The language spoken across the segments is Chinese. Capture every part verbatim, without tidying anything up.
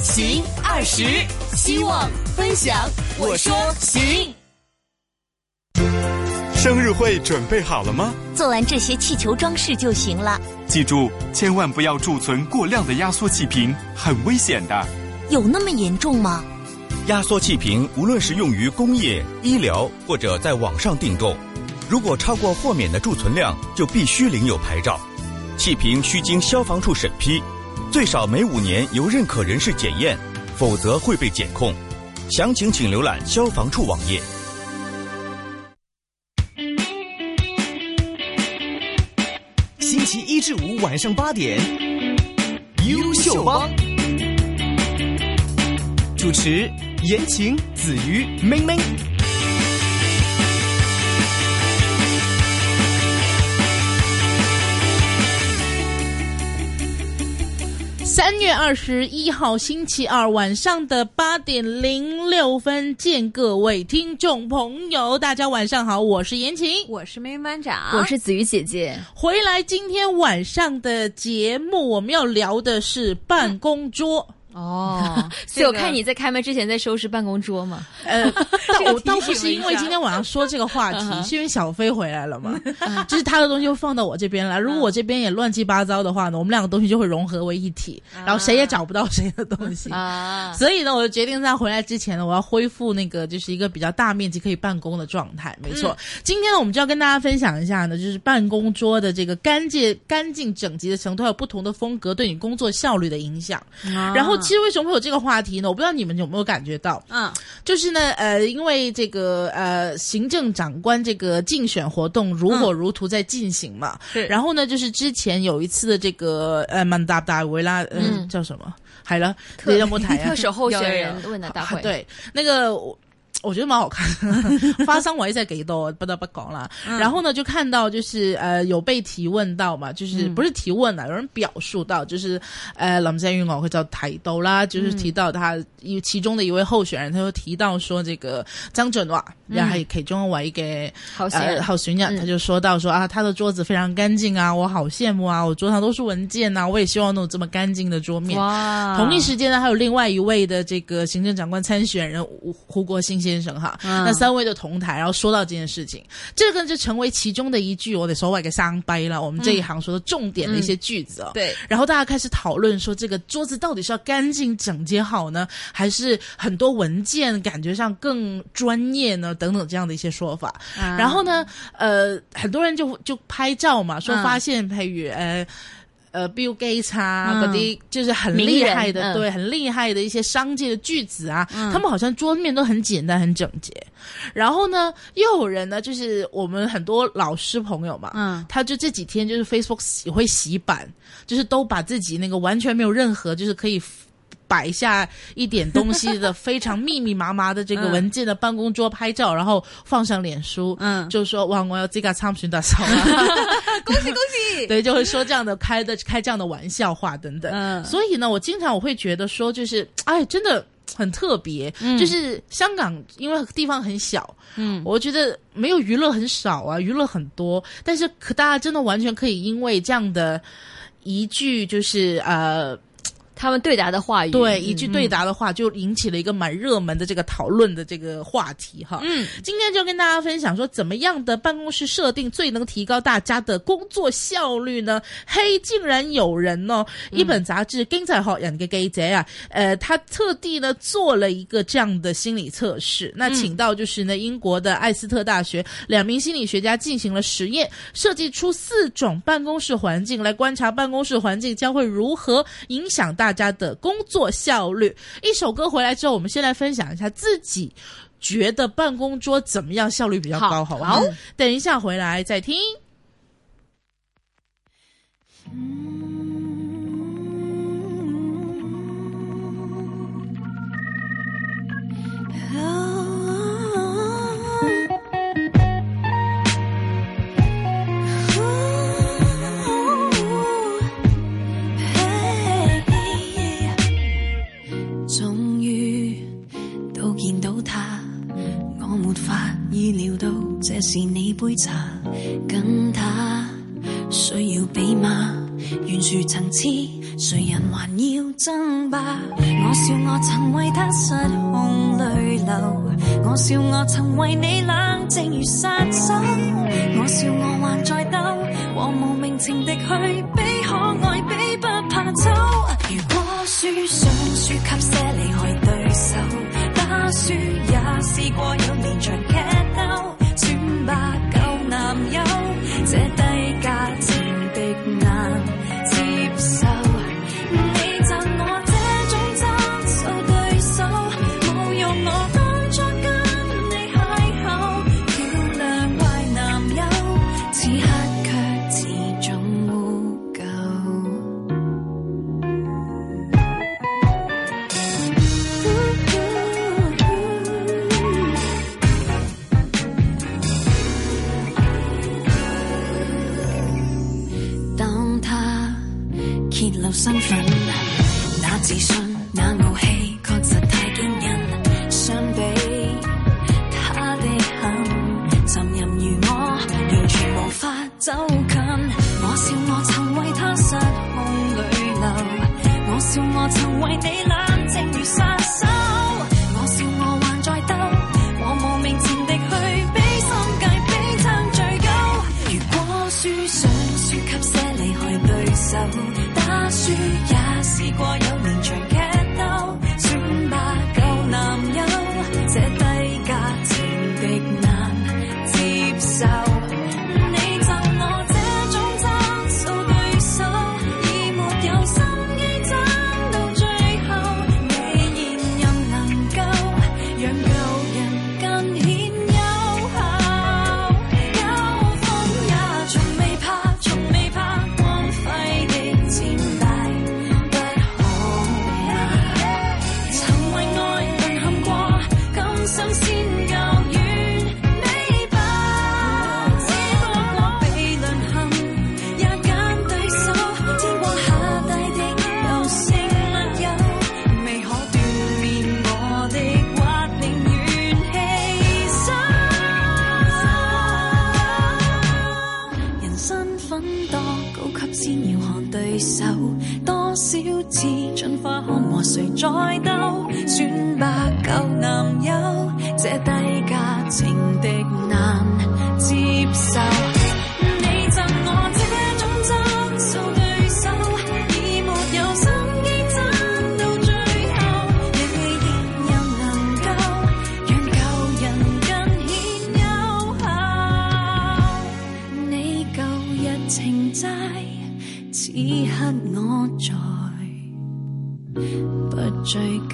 行二十，希望分享，我说行。 生日会准备好了吗？ 做完这些气球装饰就行了。 记住，千万不要贮存过量的压缩气瓶，很危险的。 有那么严重吗？ 压缩气瓶无论是用于工业、医疗或者在网上订购，如果超过豁免的贮存量，就必须领有牌照。气瓶需经消防处审批，最少每五年由认可人士检验，否则会被检控。详情请浏览消防处网页。 星期一至五晚上八点，优秀帮主持言情、子瑜、明明。 三月二十一号星期二晚上的八点零六分，见各位听众朋友，大家晚上好，我是言情， 我是妹妹班长， 我是子瑜姐姐。 回来今天晚上的节目，我们要聊的是办公桌。 哦，所以我看你在开麦之前在收拾办公桌嘛。 呃，我倒不是因为今天晚上说这个话题，是因为小飞回来了嘛，就是他的东西会放到我这边来。如果我这边也乱七八糟的话呢，我们两个东西就会融合为一体，然后谁也找不到谁的东西啊。所以呢，我就决定在回来之前呢，我要恢复那个就是一个比较大面积可以办公的状态。没错，嗯、今天呢，我们就要跟大家分享一下呢，就是办公桌的这个干净、干净整洁的程度，还有不同的风格对你工作效率的影响。啊、然后。其实为什么会有这个话题呢？我不知道你们有没有感觉到，嗯，就是呢，呃，因为这个呃，行政长官这个竞选活动如火如荼在进行嘛，嗯、然后呢，就是之前有一次的这个呃，曼达达维拉，呃、嗯，叫什么？海了，特任务台啊， 特首候选人问答大会， 啊、对，那个。我觉得蛮好看的，花生我也在给多不得不讲啦。嗯、然后呢，就看到就是呃有被提问到嘛，就是不是提问啦，有人表述到就是呃林鄭月娥佢就提到啦，就是提到他其中的一位候選人，他就提到說這個張俊華也係其中一位嘅候選人，候選人，他就說到說啊，他的桌子非常乾淨啊，我好羨慕啊，我桌上都是文件啊，我也希望能有這麼乾淨的桌面。哇！同一時間呢，還有另外一位的這個行政長官參選人胡國興先生哈，嗯、那三位就同台，然後說到這件事情，這個就成為其中的一句我哋所謂嘅生掰啦，我們這一行說的重點的一些句子哦。嗯嗯、對，然後大家開始討論說，這個桌子到底是要乾淨整潔好呢，還是很多文件感覺上更專業呢？等等這樣的一些說法。啊、然後呢，呃，很多人就就拍照嘛，說發現譬如呃。呃 Bill Gates 啊，嗰啲、嗯、就是很厲害的，嗯、對，很厲害的一些商界的巨子啊，嗯、他們好像桌面都很簡單、很整潔。然後呢，又有人呢，就是我們很多老師朋友嘛，嗯，他就這幾天就是 Facebook 洗會洗版，就是都把自己那個完全沒有任何就是可以擺下一點東西的非常密密麻麻的這個文件的辦公桌拍照，嗯、然後放上臉書，嗯，就說哇，我要這個參選特首啊， 恭喜恭喜， 對，就會說這樣的開的開這樣的玩笑話等等。嗯，所以呢，我經常我會覺得說，就是哎，真的很特別，嗯、就是香港因為地方很小，嗯，我覺得沒有娛樂很少啊，娛樂很多，但是可大家真的完全可以因為這樣的一句就是呃。 他們對答的話語， 對，一句對答的話就引起了一個蠻熱門的這個討論的這個話題哈。嗯，今天就跟大家分享說，怎麼樣的辦公室設定最能提高大家的工作效率呢？嘿，竟然有人哦，一本雜誌《經濟學人》嘅記者啊，呃，他特地呢做了一個這樣的心理測試，那請到就是呢英國的艾斯特大學兩名心理學家進行了實驗，設計出四種辦公室環境來觀察辦公室環境將會如何影響大家的工作效率。一首歌回來之後，我們先來分享一下自己覺得辦公桌怎麼樣效率比較高，好不好？好，等一下回來再聽。 意料到這是你杯茶，跟他需要比嗎？懸殊層次谁人还要争霸？我笑我曾为他失控泪流，我笑我曾为你冷静如杀手，我笑我还在斗，和无名情敌去比可爱，比不怕醜。如果輸想輸給些厲害對手，打輸也試過有連場劇鬥，算吧舊男友，這低價錢的難接受。你讚我這種質素對手，侮辱我當初跟你邂逅，漂亮壞男友，此刻卻自重污垢。當他揭露身份，那自信那傲氣確實太驚人，相比他的很沉吟如我，完全無法走近。我笑我曾為他失控淚流，我笑我曾為你冷靜如殺手，我笑我還在鬥，和無名前敵去比心計，比爭最高。如果輸想輸給些厲害對手，打輸也試過有連場劇鬥，算吧舊男友，這低價錢敵難接受。你讚我這種質素對手，已沒有心機爭到最後，未現任能夠讓舊人更顯有效。交鋒也從未怕，從未怕光輝的錢大不可拿。曾為愛淪陷過，今生先夠完美吧。只不過被淪陷，也揀對手，天光下大地又成密友，未可斷滅我的或寧願犧牲。人身份多高級先要看對手，多少次進化看和誰再鬥，算吧舊男友，這低價情敵難接受。你讚我這種質素對手，已沒有心機爭到最後，未現又能夠讓舊人更顯有效。你舊日情債，此刻我在不追究。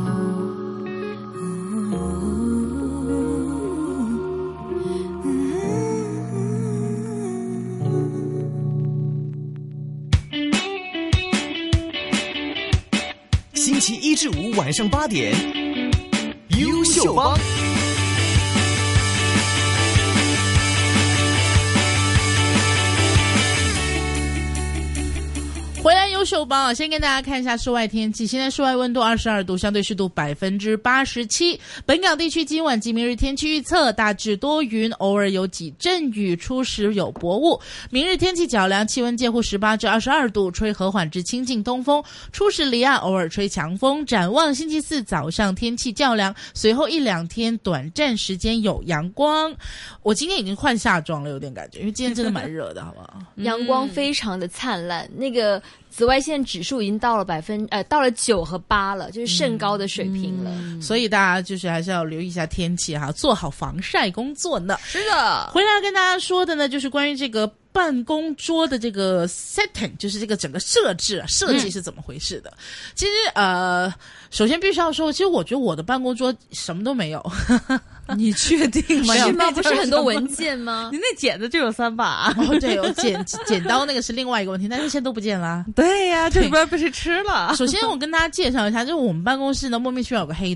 星期一至五晚上八点，优秀帮。 回来优秀帮啊，先跟大家看一下室外天气。现在室外温度二十二度，相对湿度百分之八十七。本港地区今晚及明日天气预测大致多云，偶尔有几阵雨，初时有薄雾。明日天气较凉，气温介乎十八至二十二度，吹和缓至清劲东风，初时离岸，偶尔吹强风。展望星期四早上天气较凉，随后一两天短暂时间有阳光。我今天已经换夏装了，有点感觉，因为今天真的蛮热的，好不好？ 阳光非常的灿烂，那个紫外线指数已经到了百分呃到了九和八了，就是甚高的水平了、嗯、 所以大家就是还是要留意一下天气哈，做好防晒工作呢。 是的， 回来跟大家说的呢，就是关于这个办公桌的这个 setting， 就是这个整个设置啊设计是怎么回事的、嗯、其实呃首先必须要说，其实我觉得我的办公桌什么都没有。 你确定吗？ 是吗？不是很多文件吗？ 你那剪子就有三把。 哦，对，有剪剪刀那个是另外一个问题，但是现在都不见了。 对呀、啊，这不知道被谁吃了。 首先我跟大家介绍一下，就是我们办公室呢莫名其妙有个黑洞。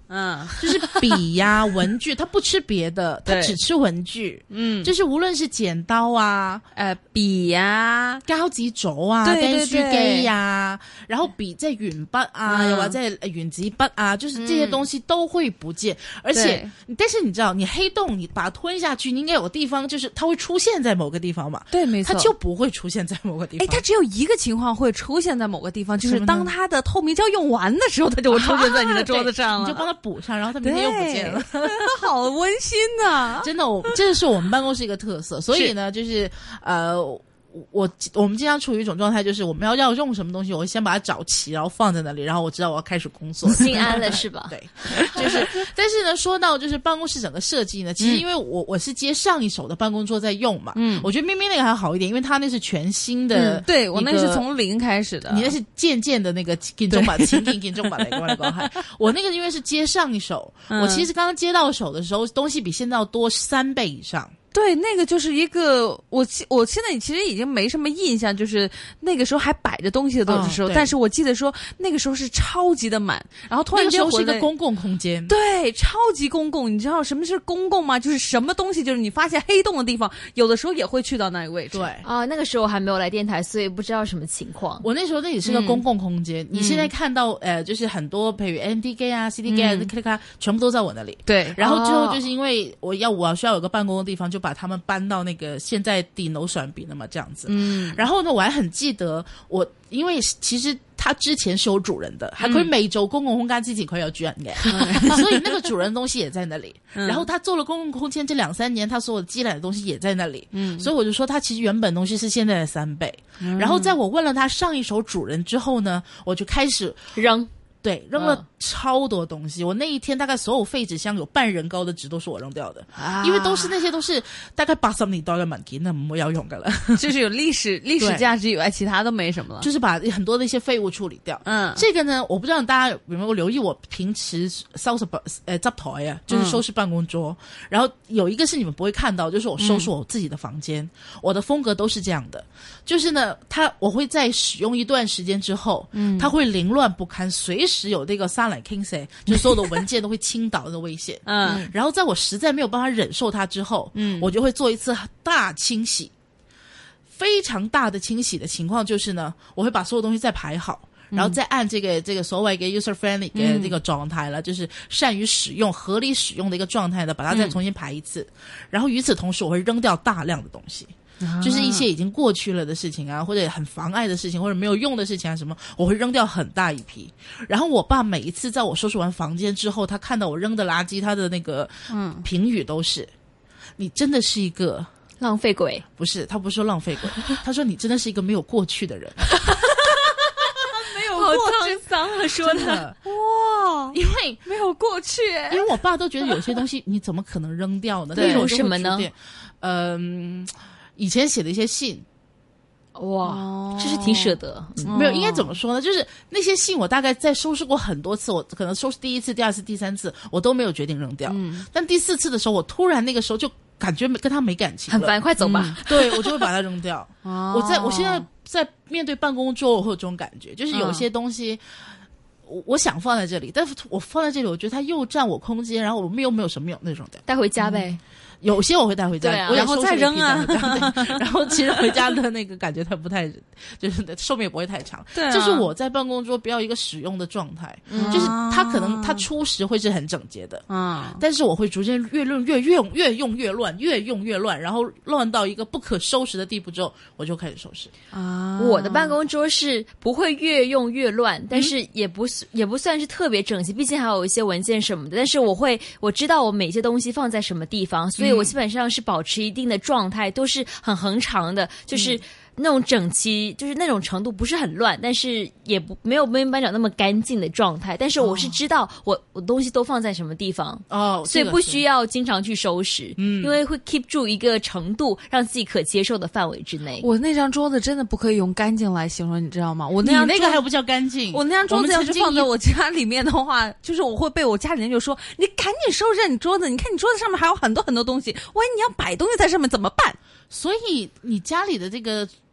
嗯， 就是笔呀、啊、文具，他不吃别的，他只吃文具。嗯，就是无论是剪刀啊、 呃笔呀、 膠紙組啊、 對對對跟書機呀，然後筆即係鉛筆啊，嗯、又或者係原子筆啊，就是這些東西都會不見。嗯、而且，但是你知道，你黑洞你把它吞下去，你應該有個地方，就是它會出現在某個地方嘛。 對，沒錯， 它就不會出現在某個地方。 誒，它只有一個情況會出現在某個地方，就是當它的透明膠用完的時候，它就會出現在你的桌子上了。 你就幫它補上，然後它明天又不見了。 好溫馨啊！ 真的，我這是我們辦公室一個特色。所以呢，就是呃。我我們經常處於一種狀態，就是我們要要用什麼東西，我會先把它找齊，然後放在那裡，然後我知道我要開始工作， 心安了是吧？ 對，就是，但是呢，說到就是辦公室整個設計呢，其實因為我我是接上一手的辦公桌在用嘛，嗯，我覺得咪咪那個還好一點，因為它那是全新的， 嗯、對我那是從零開始的， 你那是漸漸的那個緊中版、輕緊緊中版的一個關係，我那個因為是接上一手，嗯、我其實剛剛接到手的時候，東西比現在要多三倍以上。 對，那個就是一個我我現在其實已經沒什麼印象，就是那個時候還擺着東西的時候，哦、但是我記得說那個時候是超級的滿，然後突然間那個時候是一個公共空間， 對，超級公共。你知道什麼是公共嗎？就是什麼東西，就是你發現黑洞的地方，有的時候也會去到那個位置。 對啊，那個時候我還沒有來電台，所以不知道什麼情況。 我那時候那也是個公共空間，嗯、你現在看到呃，就是很多譬如 M D 機啊、C D 機啊、 嗯、 咔咔全部都在我那裡。 對， 然後之後就是因為我要我需要有個辦公的地方，就把他們搬到那個現在地樓上邊的嘛，這樣子。嗯，然後呢，我還很記得我，因為其實他之前是有主人的，還可以每周公共空間之前可以有主人嘅，嗯、所以那個主人的東西也在那裡。嗯、然後他做了公共空間這兩三年，他所有積累的東西也在那裡。嗯，所以我就說他其實原本東西是現在的三倍。嗯、然後在我問了他上一手主人之後呢，我就開始扔。對，扔了超多東西。嗯、我那一天大概所有廢紙箱有半人高的紙都是我扔掉的，啊、因為都是那些都是大概八十年代嘅文件，那唔要用噶啦， 就是有歷史歷史價值以外，其他都沒什麼了。 就是把很多的一些廢物處理掉。嗯，這個呢，我不知道大家有沒有留意，我平時收拾呃執台啊，就是收拾辦公桌。嗯、然後有一個是你們不會看到，就是我收拾我自己的房間，嗯、我的風格都是這樣的。就是呢，它我會在使用一段時間之後，嗯，它會凌亂不堪，隨時有那個沙來傾瀉，就所有的文件都會傾倒的危險。嗯，然後在我實在沒有辦法忍受它之後，嗯，我就會做一次大清洗，非常大的清洗的情況就是呢，我會把所有東西再排好，然後再按這個這個所謂嘅 user friendly 嘅這個狀態了，嗯、就是善於使用、合理使用的一個狀態的，把它再重新排一次。嗯、然後與此同時，我會扔掉大量的東西。就是一些已經過去了的事情啊，或者很妨礙的事情，或者沒有用的事情啊，什麼我會扔掉很大一批。然後我爸每一次在我收拾完房間之後，他看到我扔的垃圾，他的那個嗯評語都是：你真的是一個浪費鬼。 不是，他不是說浪費鬼，他說你真的是一個沒有過去的人。 沒有過去，好滄桑啊，說的哇， 因為沒有過去， 因為我爸都覺得有些東西你怎麼可能扔掉呢？ 例如什麼呢？ 嗯。以前寫的一些信， 哇，就是挺捨得。 嗯、沒有，應該怎麼說呢？就是那些信，我大概在收拾過很多次，我可能收拾第一次、第二次、第三次，我都沒有決定扔掉。嗯、但第四次的時候，我突然那個時候就感覺跟他沒感情了， 很煩，快走吧。 嗯、對，我就會把它扔掉。哦、我在我現在在面對辦公桌，我會有這種感覺，就是有些東西。我我想放在這裡，但是我放在這裡，我覺得它又佔我空間，然後我們又沒有什麼用那種的， 帶回家唄。 嗯有些我會帶回家， 啊、 我然後再扔啊。 然後其實回家的那個感覺它不太，就是壽命也不會太長。對、啊，就是我在辦公桌不要一個使用的狀態，嗯、就是它可能它初時會是很整潔的，嗯，但是我會逐漸越用越越用越用越亂，越用越亂，然後亂到一個不可收拾的地步之後，我就開始收拾。 啊，我的辦公桌是不會越用越亂，但是也不是、嗯、也不算是特別整齊，畢竟還有一些文件什麼的。但是我會我知道我每些東西放在什麼地方，所以我基本上是保持一定的狀態，都是很恆常的，就是那種整齊，就是那種程度不是很亂，但是也不沒有跟班長那麼乾淨的狀態。但是我是知道我我東西都放在什麼地方哦，所以不需要經常去收拾，嗯，因為會 keep 住一個程度，讓自己可接受的範圍之內。 我那張桌子真的不可以用乾淨來形容，你知道嗎？我那張你那個還不叫乾淨， 我那張桌子要是放在我家裡面的話，就是我會被我家裡人就說：“你趕緊收拾你桌子，你看你桌子上面還有很多很多東西，萬一你要擺東西在上面怎麼辦？” 所以你家裡的這個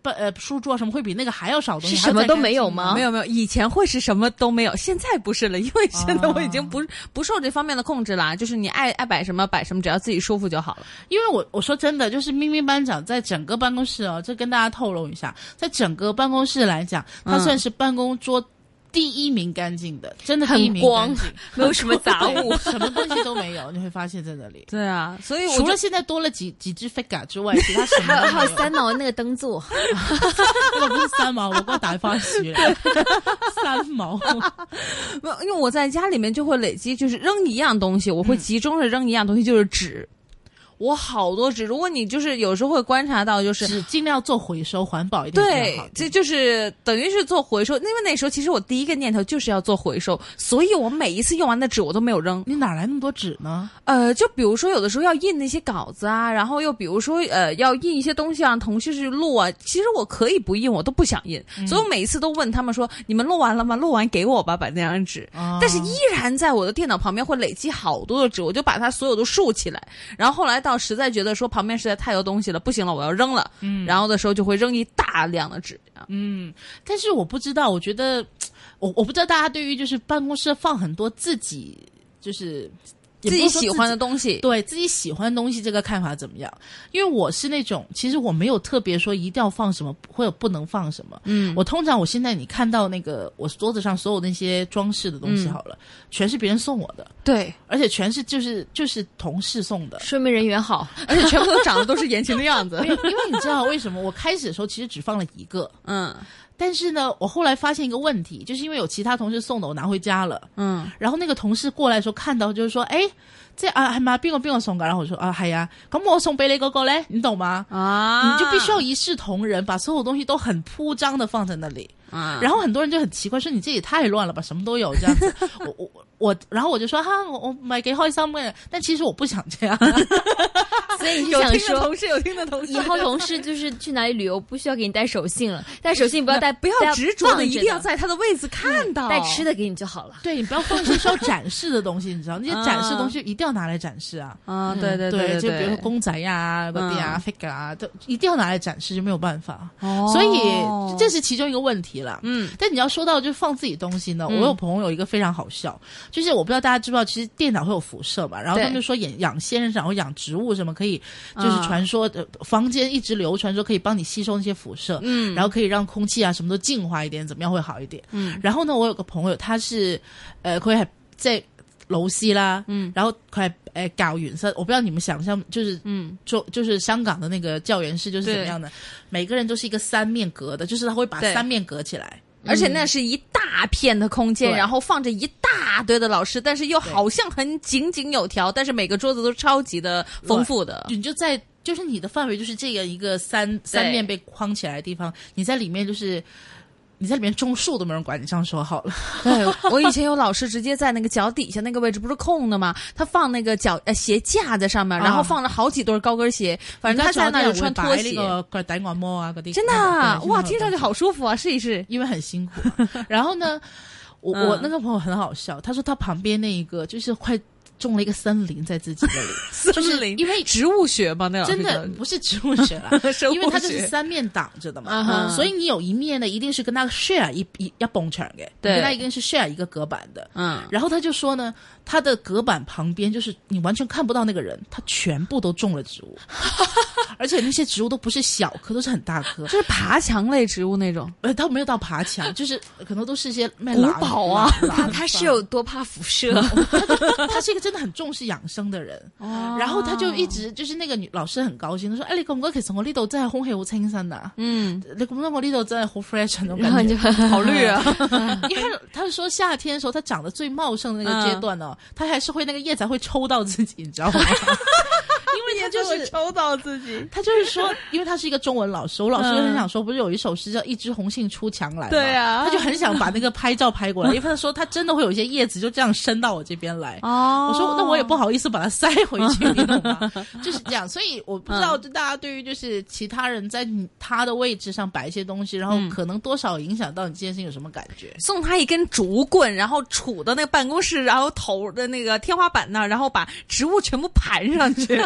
呃书桌什么会比那个还要少东西， 是什么都没有吗？ 没有没有，以前会是什么都没有，现在不是了，因为现在我已经不、哦、不受这方面的控制啦，就是你爱爱摆什么摆什么，只要自己舒服就好了。 因为我我说真的，就是明明班长在整个办公室哦，这跟大家透露一下，在整个办公室来讲，他算是办公桌第一名干净的，真的第一名干净， 没有什么杂物， 什么东西都没有，你会发现在那里。 对啊，所以我除了现在多了几几只 figure 之外，其他什么都没有。 还有三毛那个灯座， 那个不是三毛，我给我打发去了。三毛， 因为我在家里面就会累积，就是扔一样东西，我会集中的扔一样东西，就是纸。我好多纸，如果你就是有时候会观察到，就是纸尽量做回收，环保一点。 对，这就是等于是做回收。因为那时候其实我第一个念头就是要做回收，所以我每一次用完的纸我都没有扔。 你哪来那么多纸呢？ 呃，就比如说有的时候要印那些稿子啊，然后又比如说呃要印一些东西让同事去录啊，其实我可以不印，我都不想印，嗯、所以我每一次都问他们说：“你们录完了吗？录完给我吧，把那张纸。哦”但是依然在我的电脑旁边会累积好多的纸，我就把它所有都竖起来，然后后来到实在觉得说旁边实在太多东西了，不行了，我要扔了。嗯，然后的时候就会扔一大量的纸。 嗯，但是我不知道，我觉得我我不知道大家对于就是办公室放很多自己就是自己喜欢的东西， 对自己喜欢的东西这个看法怎么样？因为我是那种其实我没有特别说一定要放什么或者不能放什么。嗯，我通常我现在你看到那个我桌子上所有那些装饰的东西好了，嗯、全是别人送我的。 对， 而且全是就是就是同事送的， 说明人缘好， 而且全部都长得都是言情的样子。 因为因为你知道为什么？我开始的时候其实只放了一个，嗯。但是呢，我后来发现一个问题，就是因为有其他同事送的，我拿回家了。嗯，然后那个同事过来的时候看到，就是说，哎，这啊係咪邊個邊個送㗎？然後我說啊係啊，咁我送俾你嗰個咧，你懂嗎？啊，你就必須要一視同仁，把所有東西都很鋪張的放在那裡。啊，然後很多人就很奇怪，說你這也太亂了吧，什麼都有這樣子。我我我，然後我就說哈，我我唔係幾開心嘅，但其實我不想這樣。 所以你就想說， 同事有聽的同事， 以後同事就是去哪裡旅遊，不需要給你帶手信了，帶手信不要帶， 不要執着的，一定要在他的位置看到， 帶吃的給你就好了。 對，你不要放一些需要展示的東西，你知道，那些展示的東西一定要拿來展示啊。 啊，對對對， 就比如說公仔呀、嗰啲啊、figure 啊，都一定要拿來展示，就沒有辦法。哦，所以這是其中一個問題啦。嗯，但你要說到就放自己東西呢，我有朋友有一個非常好笑，就是我不知道大家知不知道，其實電腦會有輻射嘛，然後他們就說養養仙人掌或養植物什麼可以，就是傳說的房間一直流傳說可以幫你吸收那些輻射，嗯，然後可以讓空氣啊什麼都淨化一點，怎麼樣會好一點。嗯，然後呢，我有個朋友他是，呃，佢係即係老師啦，嗯，然後佢係誒教員室，我不知道你們想象，就是嗯，就就是香港的那個教員室就是怎麼樣的，每個人都是一個三面隔的，就是他會把三面隔起來。 而且那是一大片的空間，然後放着一大堆的老師，但是又好像很井井有條，但是每個桌子都超級的豐富的。 你就在就是你的範圍就是這個一個三三面被框起來的地方，你在裡面就是你在裡面種樹都沒人管你，這樣說好了。 對，我以前有老師直接在那個腳底下那個位置不是空的嗎？他放那個腳呃鞋架在上面，然後放了好幾對高跟鞋，反正他在那裡穿拖鞋。 那個腳底按摩啊嗰啲， 真的啊，哇，聽上去好舒服啊，試一試， 因為很辛苦啊。然後呢，我我那個朋友很好笑，他說他旁邊那一個就是快種了一個森林在自己那裡， 森林，因為植物學嘛，那真的不是植物學啦，因為它就是三面擋着的嘛， uh-huh. 所以你有一面呢，一定是跟他 share 一一要蹦牆嘅，對，跟他一定是 share 一個隔板的，嗯，然後他就說呢，他的隔板旁邊就是你完全看不到那個人，他全部都種了植物，而且那些植物都不是小棵，都是很大棵， 就是爬牆類植物那種， 呃，他沒有到爬牆，就是可能都是一些古堡啊， 他他是有多怕輻射， 他他是一個真的很重視養生的人，哦，然後他就一直就是那個女老師很高興，他說：“哎，你覺唔覺得其實我呢度真係空氣好清新啊？嗯，你覺唔覺得我呢度真係好 fresh 那種感覺， 好綠啊？ 因為他說夏天的時候，它長得最茂盛的那個階段呢，它還是會那個葉才會抽到自己，你知道嗎？因為他就是抽到自己， 他就是說，因為他是一個中文老師，我老師就很想說，不是有一首詩叫《一枝紅杏出牆來》嗎？對啊，他就很想把那個拍照拍過來，因為他說他真的會有一些葉子就這樣伸到我這邊來。哦，我說那我也不好意思把它塞回去，你懂嗎？就是這樣，所以我不知道，就大家對於就是其他人在他的位置上擺一些東西，然後可能多少影響到你這件事情有什麼感覺？ 送他一根竹棍，然後杵到那個辦公室，然後頭的那個天花板那兒，然後把植物全部盤上去，你就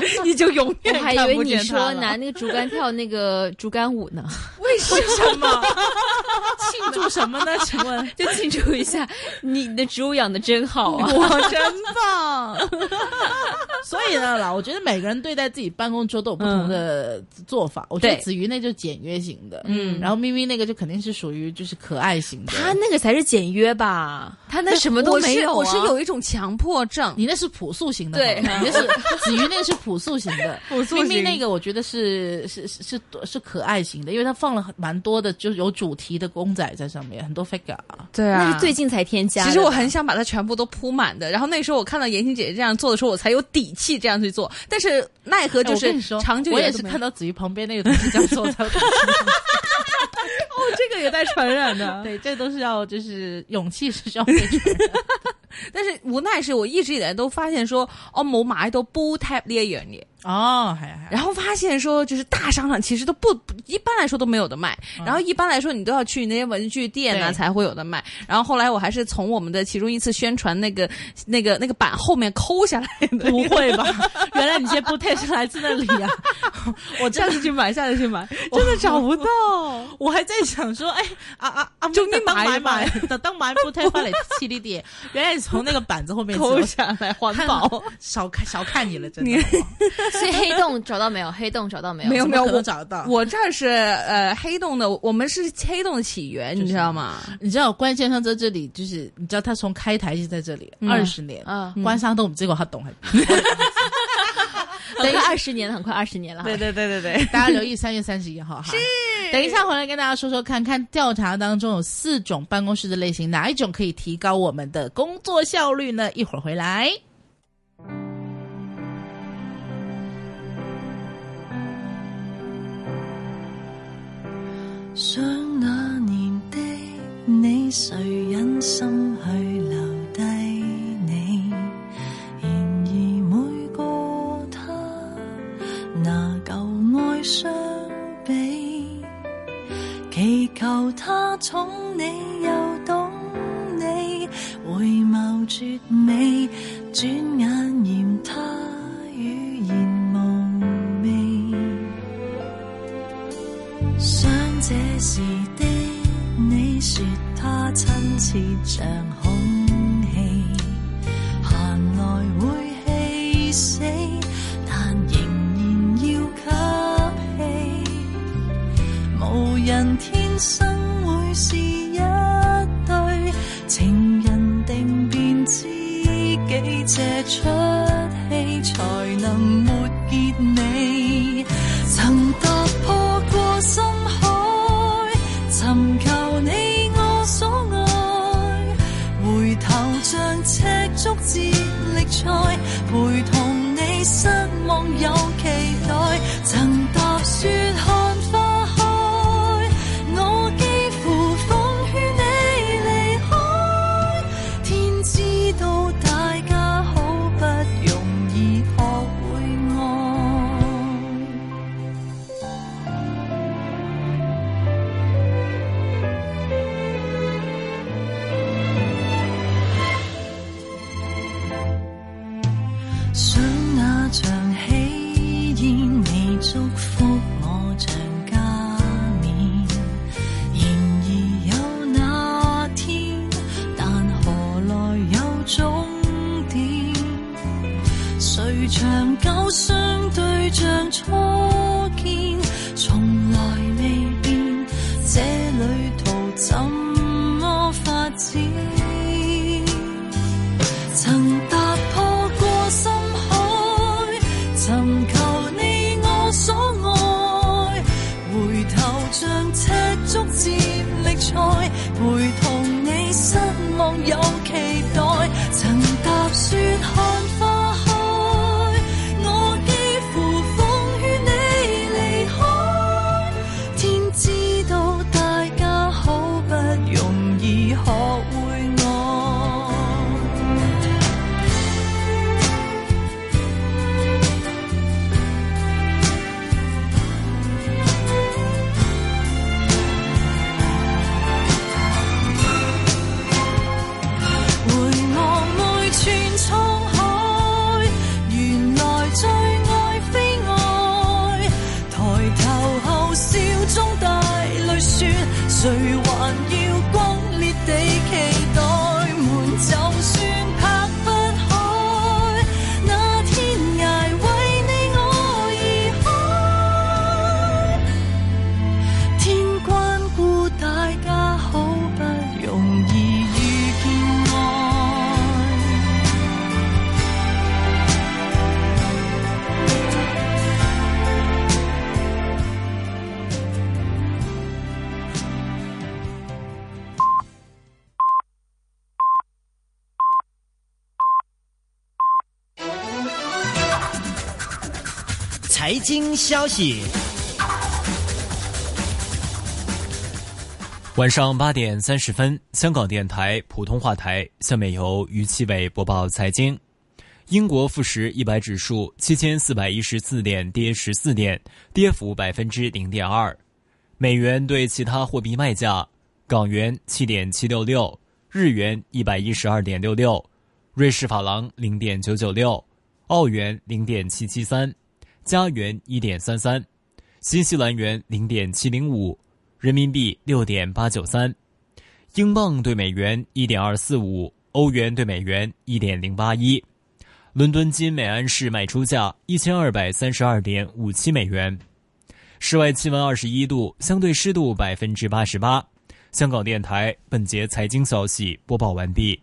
就永远我还以看为你不见他了。 说拿那个竹竿跳那个竹竿舞呢， 为什么？ 庆祝什么呢？请问， 就庆祝一下你的植物养的真好啊！ 我真棒。 所以呢啦，我觉得每个人对待自己办公桌都有不同的做法。嗯、我觉得对子瑜那就简约型的， 嗯， 然后咪咪那个就肯定是属于就是可爱型的。 他那个才是简约吧？他那什么都没有、啊我是。我是有一种强迫症， 你那是朴素型的， 对， 你那是子瑜那个是朴素型的， 朴素型咪咪那个我觉得是是是是是可爱型的，因为它放了蛮多的，就是有主题的公仔在上面，很多 figure。 对啊， 那是最近才添加的。 其实我很想把它全部都铺满的，然后那时候我看到言情姐姐这样做的时候，我才有底气这样去做。但是奈何就是长久以来、 哎、我也是看到子瑜旁边那个同事这样做才有底气。 哦，这个也带传染的。 对，这都是要就是勇气是需要被传染的。 但是無奈是我一直以來都發現說我冇買到 Bull Tab 呢一樣嘢。 哦，係係。 然後發現說就是大商場其實都不一般來說都沒有得賣，嗯、然後一般來說你都要去那些文具店啊才會有得賣。然後後來我還是從我們的其中一次宣傳那個那個那個版後面摳下來的。 不會吧？原來你些 Bull Tab 是來自那裡啊！ 我下次去買，下次去買，真的找不到。 我還在想說，哎，啊啊啊！ 終於買買，特登買 Bull Tab 翻嚟黐呢啲嘢，原來從那個板子後面摳下來環保。 少看少看你了，真的。 所以黑洞找到沒有？黑洞找到沒有？ 沒有沒有， 我找得到。 我這兒是呃黑洞的，我們是黑洞的起源，你知道嗎？ 你知道關先生在這裡，就是你知道他從開台就在這裡二十年，關生都唔知個黑洞係。 等於二十年，很快二十年了。 對對對對對， 大家留意三月三十一號哈。是。等一下回來跟大家說說看看，調查當中有四種辦公室的類型，哪一種可以提高我們的工作效率呢？一會兒回來。 想那年的你，誰忍心去留低你？然而每個他拿舊愛相比，祈求他寵你又懂你，回眸絕美，轉眼嫌他語言無味。想這時的你說他親切像空氣，閒來會氣死，但仍然要吸氣。無人天生會是一對情人，定變知己，借出氣才能沒結尾。曾踏破過深海，尋求你我所愛，回頭像赤足接力賽，陪同你失望有期待。曾踏雪看花開，我幾乎奉勸你離開。天知道大家好不容易學會愛。想那場喜宴，你祝福我像加冕。然而有那天，但何來有終點？誰長久相對像初見，從來未變，這旅途怎麼發展？曾踏破過深海，尋求你我所愛，回頭像赤足接力賽，陪同你失望有期待。曾踏雪看花開，我幾乎奉勸你離開。天知道大家好不容易學會愛。 财经消息。 晚上八点三十分，香港电台普通话台，下面由于启伟播报财经。英国富时一百指数七千四百一十四点，跌十四点，跌幅百分之零点二。美元对其他货币卖价：港元七点七六六，日元一百一十二点六六，瑞士法郎零点九九六，澳元零点七七三，加元一点三三，新西兰元零点七零五。人民币六点八九三，英镑对美元一点二四五，欧元对美元一点零八一。伦敦金每安士卖出价一千二百三十二点五七美元。室外气温二十一度，相对湿度百分之八十八。香港电台本节财经消息播报完毕。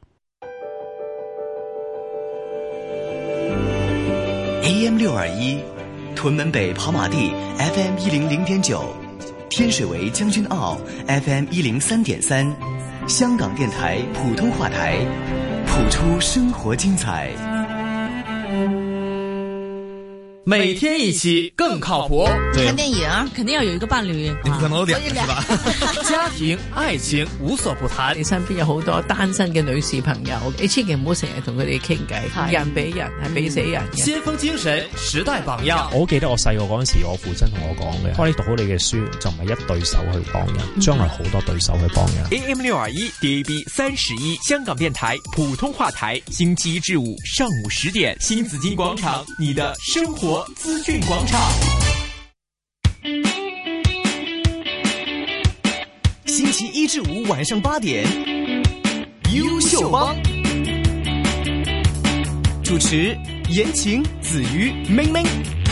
A M 六二一，屯门北跑马地 F M 一零零点九。天水围将军澳 F M 一零三点三，香港电台普通话台，谱出生活精彩。 每天一期更靠谱。 看电影肯定要有一个伴侣， 你不可能有兩個是吧？家庭愛情無所不談。 你身邊有好多單身嘅女士朋友，你千祈唔好成日同佢哋傾偈，人比人係比死人嘅。 先鋒精神，時代榜樣。 我記得我細個嗰陣時，我父親同我講嘅，當你讀好你嘅書，就唔係一對手去幫人，將來好多對手去幫人。 A M 六二一 D A B 三十一，香港電台普通話台，星期一至五上午十點，新紫荊廣場，你的生活資訊廣場。 星期一至五晚上八點，優秀幫主持言情子瑜明明。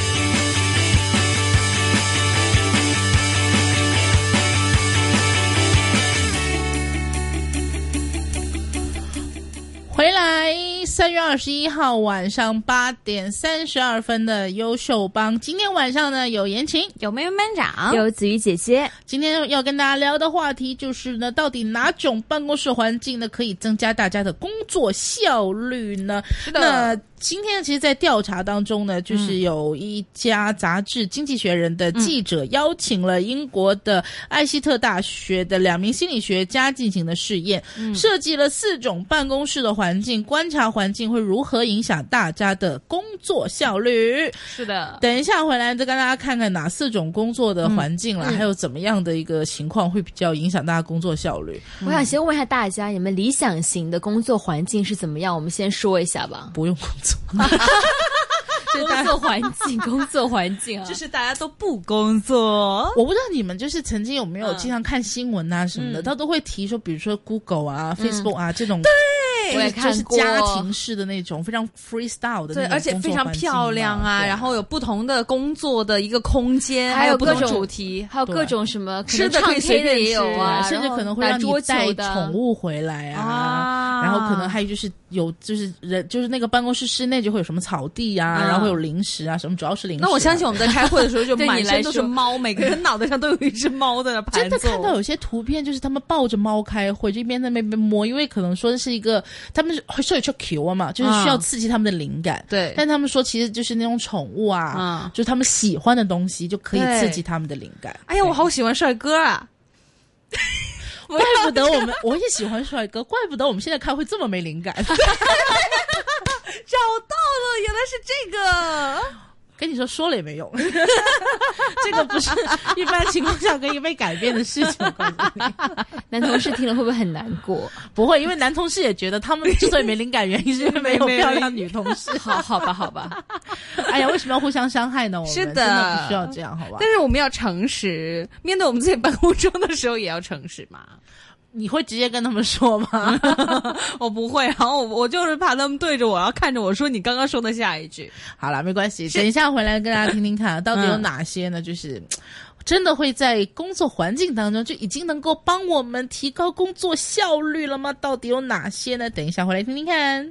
回来三月二十一號晚上八點三十二分的優秀幫，今天晚上呢有言情， 有妹妹班長， 有子瑜姐姐。 今天要跟大家聊的話題就是呢，到底哪種辦公室環境呢可以增加大家的工作效率呢？ 是的。 那今天其實在調查當中呢，就是有一家雜誌《經濟學人》的記者邀請了英國的艾希特大學的兩名心理學家進行的試驗，嗯、設計了四種辦公室的環境，觀察環境會如何影響大家的工作效率。 是的， 等一下回來再跟大家看看哪四種工作的環境啦，嗯、還有怎麼樣的一個情況會比較影響大家工作效率。 嗯、我想先問一下大家，你們理想型的工作環境是怎麼樣？我們先說一下吧。 不用工作。 工作環境，工作環境啊， 就是大家都不工作。 我不知道你們就是曾經有沒有經常看新聞啊什麼的，他、嗯、都會提說，比如說 Google 啊、嗯、Facebook 啊這種， 對， 我也看過，就是家庭式的那種非常 freestyle 的那種， 對，而且非常漂亮啊，然後有不同的工作的一個空間，還有各種主題， 還有各種什麼吃的可以隨便也有啊， 甚至可能會讓你帶寵物回來啊，啊然後可能還有就是有就是人就是那個辦公室室內就會有什麼草地啊，啊然後會有零食啊什麼，主要是零食、啊。 那我相信我們在開會的時候就滿身都是貓，每個人腦袋上都有一隻貓在那盤坐。 真的看到有些圖片，就是他們抱着貓開會，這邊在那邊摸，因為可能說是一個他們會說有出 Q 啊嘛，就是需要刺激他們的靈感。對、啊，但他們說其實就是那種寵物啊，啊就是他們喜歡的東西就可以刺激他們的靈感。 哎呀，我好喜歡帥哥啊！ 怪不得我們我也喜歡帥哥，怪不得我們現在開會這麼沒靈感。 找到了，原來是這個。 跟你說說了也沒用，這個不是一般情況下可以被改變的事情。我告訴你， 男同事聽了會不會很難過？ 不會，因為男同事也覺得他們之所以沒靈感，原因是因為沒有漂亮女同事。 好好吧，好吧。 哎呀，為什麼要互相傷害呢？我們是的， 真的不需要這樣，好吧？ 但是我們要誠實，面對我們自己辦公中的時候也要誠實嘛。 你會直接跟他們說嗎？ 我不會，然後我就是怕他們對着我，要看着我說你剛剛說的下一句。 好了，沒關係，等一下回來跟大家聽聽看，到底有哪些呢？就是真的會在工作環境當中就已經能夠幫我們提高工作效率了嗎？到底有哪些呢？等一下回來聽聽看。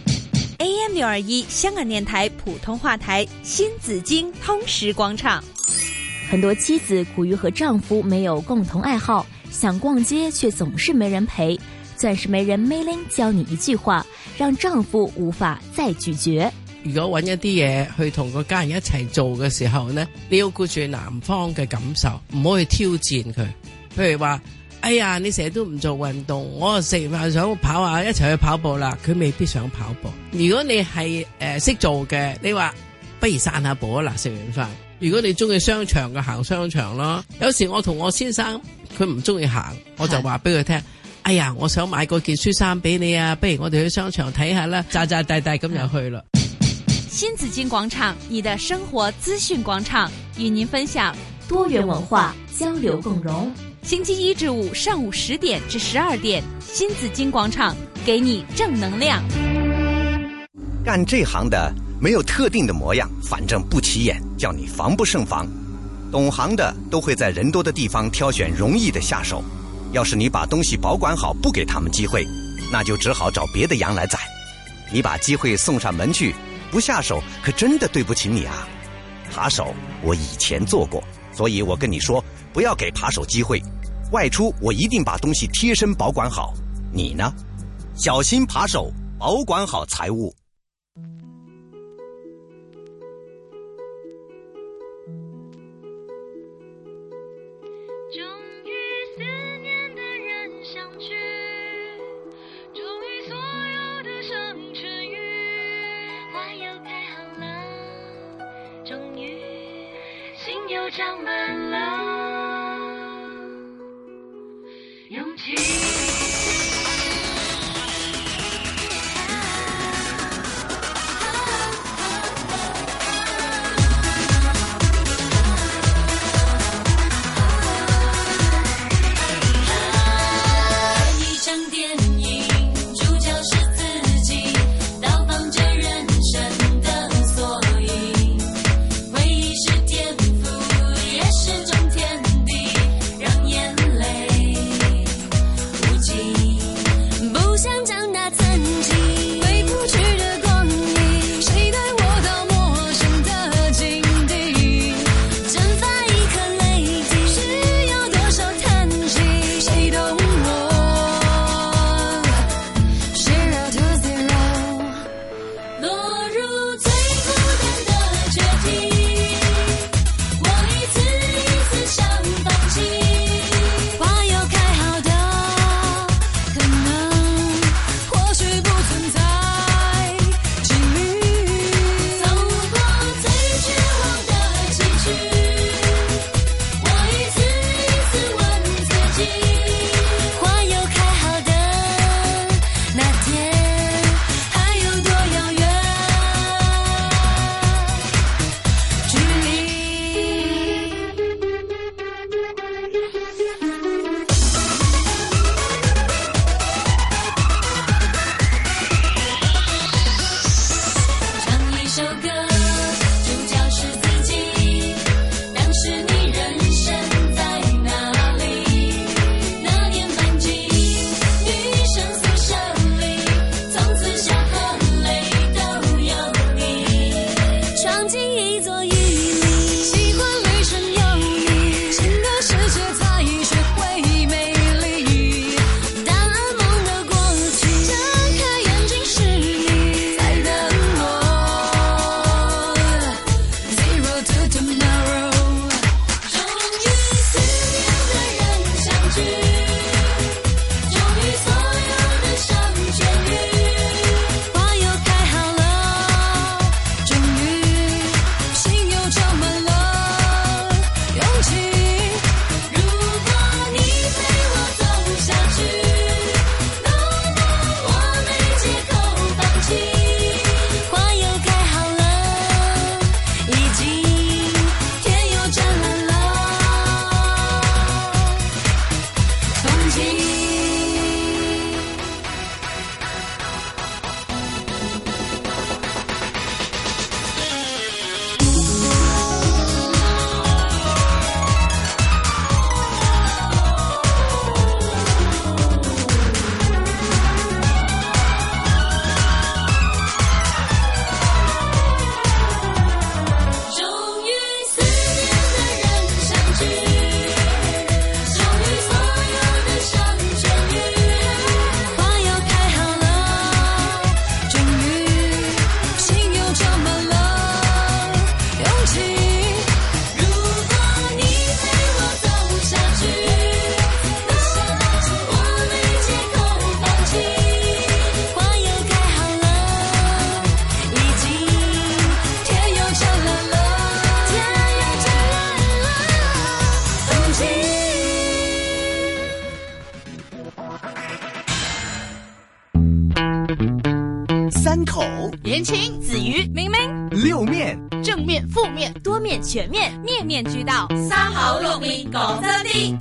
A M 六二一香港電台普通話台新紫荊通識廣場。 很多妻子苦於和丈夫沒有共同愛好，想逛街卻總是沒人陪。鑽石媒人 Meiling 教你一句話，讓丈夫無法再咀嚼。 如果揾一啲嘢去同個家人一齊做嘅時候呢，你要顧住男方嘅感受，唔好去挑戰佢。譬如話，哎呀，你成日都唔做運動，我食完飯想跑下，一齊去跑步啦，佢未必想跑步。如果你係誒識做嘅，你話不如散下步啦，食完飯。如果你中意商場嘅，行商場咯。有時我同我先生佢唔中意行，我就話俾佢聽，哎呀，我想買嗰件恤衫俾你啊，不如我哋去商場睇下啦，扎扎大大咁就去啦。 新紫荊廣場，你的生活資訊廣場，與您分享多元文化交流共融。 星期一至五上午十點至十二點，新紫荊廣場給你正能量。 幹這行的沒有特定的模樣，反正不起眼，叫你防不勝防。懂行的都會在人多的地方挑選容易的下手。要是你把東西保管好，不給他們機會，那就只好找別的羊來宰。你把機會送上門去，不下手可真的對不起你啊。扒手我以前做過，所以我跟你說，不要給扒手機會。外出我一定把東西貼身保管好。你呢？小心扒手，保管好財物。 长满了勇气。 三口言情子瑜明明六面正面负面多面全面面面俱到， 三口六面講真啲。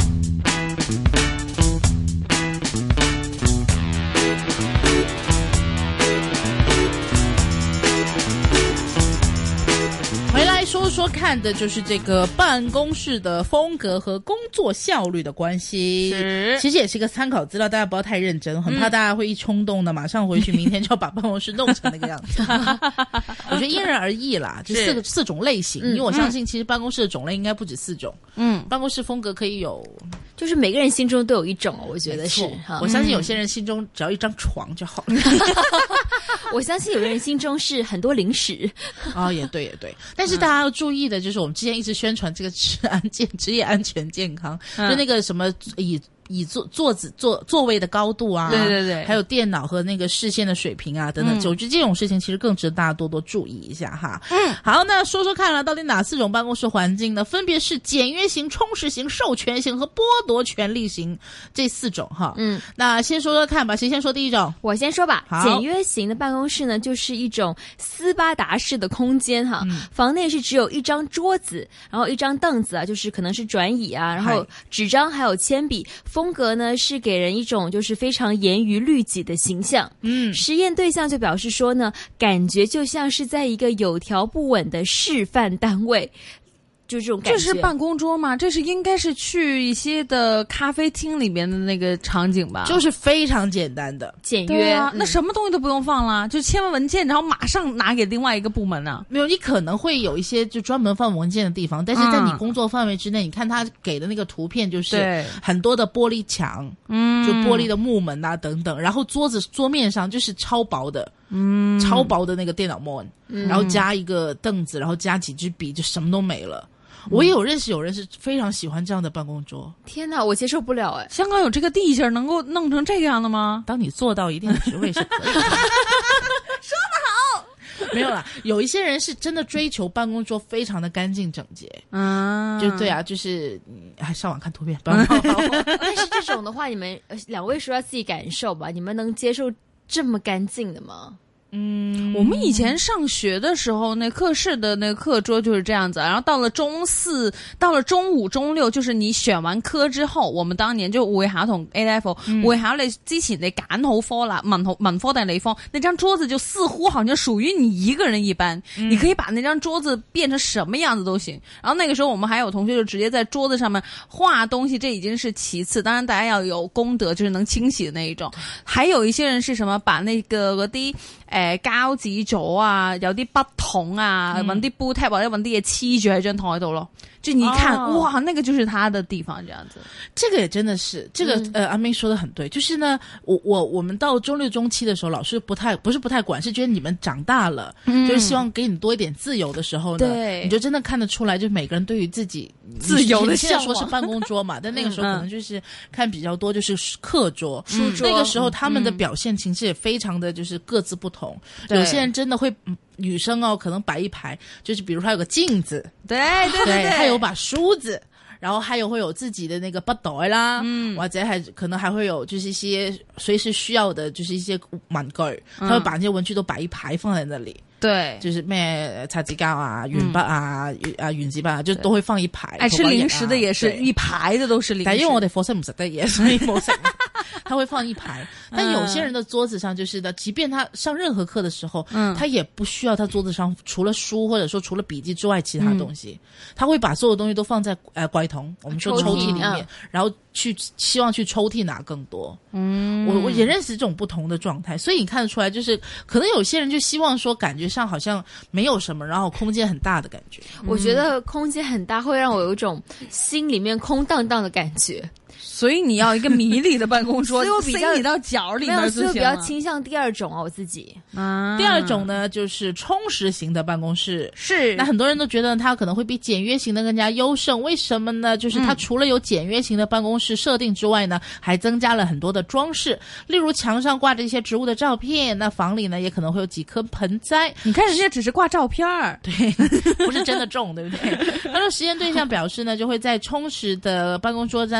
回来说说看的就是这个办公室的风格和工作效率的关系， 是其实也是一个参考资料，大家不要太认真，很怕大家会一冲动的马上回去，明天就要把办公室弄成那个样子。我觉得因人而异啦，就四个四种类型，因为我相信其实办公室的种类应该不止四种，嗯，办公室风格可以有， 就是每个人心中都有一种，我觉得是， 我相信有些人心中只要一张床就好了。 我相信有人心中是很多零食。 哦，也对也对，但是大家要注意的就是我们之前一直宣传这个职安健职业安全健康，嗯、就那个什么以以座座子座座位的高度啊， 对对对， 还有电脑和那个视线的水平啊等等，我觉得这种事情其实更值得大家多多注意一下哈。嗯，好，那说说看了，到底哪四种办公室环境呢？分别是简约型、充实型、授权型和剥夺权利型这四种哈。嗯，那先说说看吧，谁先说第一种？ 我先说吧。简约型的办公室呢，就是一种斯巴达式的空间哈，嗯、房内是只有一张桌子，然后一张凳子啊，就是可能是转椅啊，然后纸张还有铅笔。风格呢是给人一种就是非常严于律己的形象。嗯，实验对象就表示说呢，感觉就像是在一个有条不紊的示范单位。就这种感觉， 这是办公桌吗？这是应该是去一些的咖啡厅里面的那个场景吧？ 就是非常简单的简约、 啊嗯、那什么东西都不用放啦，就签完文件然后马上拿给另外一个部门啊。 没有，你可能会有一些就专门放文件的地方，但是在你工作范围之内、嗯、你看他给的那个图片就是很多的玻璃墙，嗯，就玻璃的木门啊等等，然后桌子桌面上就是超薄的嗯，超薄的那个电脑幕、嗯、然后加一个凳子，然后加几支笔，就什么都没了。我也有认识有人是非常喜欢这样的办公桌。 天哪，我接受不了哎！ 香港有这个地界能够弄成这个样的吗？ 当你做到一定的职位是可以的。说得好。 没有啦，有一些人是真的追求办公桌非常的干净整洁。嗯，就对啊，就是还上网看图片。不要但是这种的话，你们两位说要自己感受吧，你们能接受这么干净的吗？ 嗯，我们以前上学的时候，那课室的那个课桌就是这样子，然后到了中四，到了中五、中六，就是你選完科之後，我們當年就會考同 A level，、嗯、會考你之前你揀好科啦，文學文科定理科，那張桌子就似乎好像屬於你一個人一般、嗯，你可以把那張桌子變成什麼樣子都行。然後那個時候我們還有同學就直接在桌子上面畫東西，這已經是其次，當然大家要有功德，就是能清洗的那一種。還有一些人是什麼，把那個嗰啲誒膠紙組啊，有啲筆筒啊，揾啲布 tap 或者揾啲嘢黐住喺張台度咯。就你看、哦，哇，那個就是他的地方，這樣子。 這個也真的是，這個、嗯、呃，阿明說的很對，就是呢，我我我們到中六中七的時候，老師不太不是不太管，是覺得你們長大了，嗯、就是希望給你多一點自由的時候呢，對，你就真的看得出來，就每個人對於自己自由的向往。現在說是辦公桌嘛，但那個時候可能就是看比較多，就是課桌、書、嗯、桌。那個時候他們的表現其實也非常的就是各自不同，嗯、有些人真的會。女生哦，可能擺一排，就是比如她有個鏡子， 對對對對， 還有把梳子，然後還有會有自己的那個筆袋啦，嗯，或者還可能還會有就是一些隨時需要的，就是一些文具，他會把那些文具都擺一排放在那裡。 對， 就是咩擦紙膠啊、鉛筆啊、嗯、啊原子筆啊，就都會放一排。 哎，吃零食的也是一排的都是零食。 但因為我哋課室唔食得嘢，所以冇食。他會放一排，但有些人的桌子上就是的，即便他上任何課的時候，嗯，他也不需要他桌子上除了書或者說除了筆記之外其他東西，嗯、他會把所有東西都放在呃櫃筒，我們說抽屜裡面，嗯、然後去希望去抽屜拿更多。嗯，我我也認識這種不同的狀態，所以你看得出來，就是可能有些人就希望說感覺上好像沒有什麼，然後空間很大的感覺。 我覺得空間很大會讓我有一種心裡面空蕩蕩的感覺。 所以你要一個迷你的辦公桌， 所以我比較塞你到角裡面就行了。 所以我比較傾向第二種啊，我自己。 啊，第二種呢，就是充實型的辦公室。 是， 那很多人都覺得它可能會比簡約型的更加優勝。為什麼呢？就是它除了有簡約型的辦公室設定之外呢，嗯、還增加了很多的裝飾，例如牆上掛着一些植物的照片，那房裡呢也可能會有幾棵盆栽。 你看人家只是掛照片兒， 對，不是真的種，對不對？他說實驗對象表示呢，就會在充實的辦公桌上。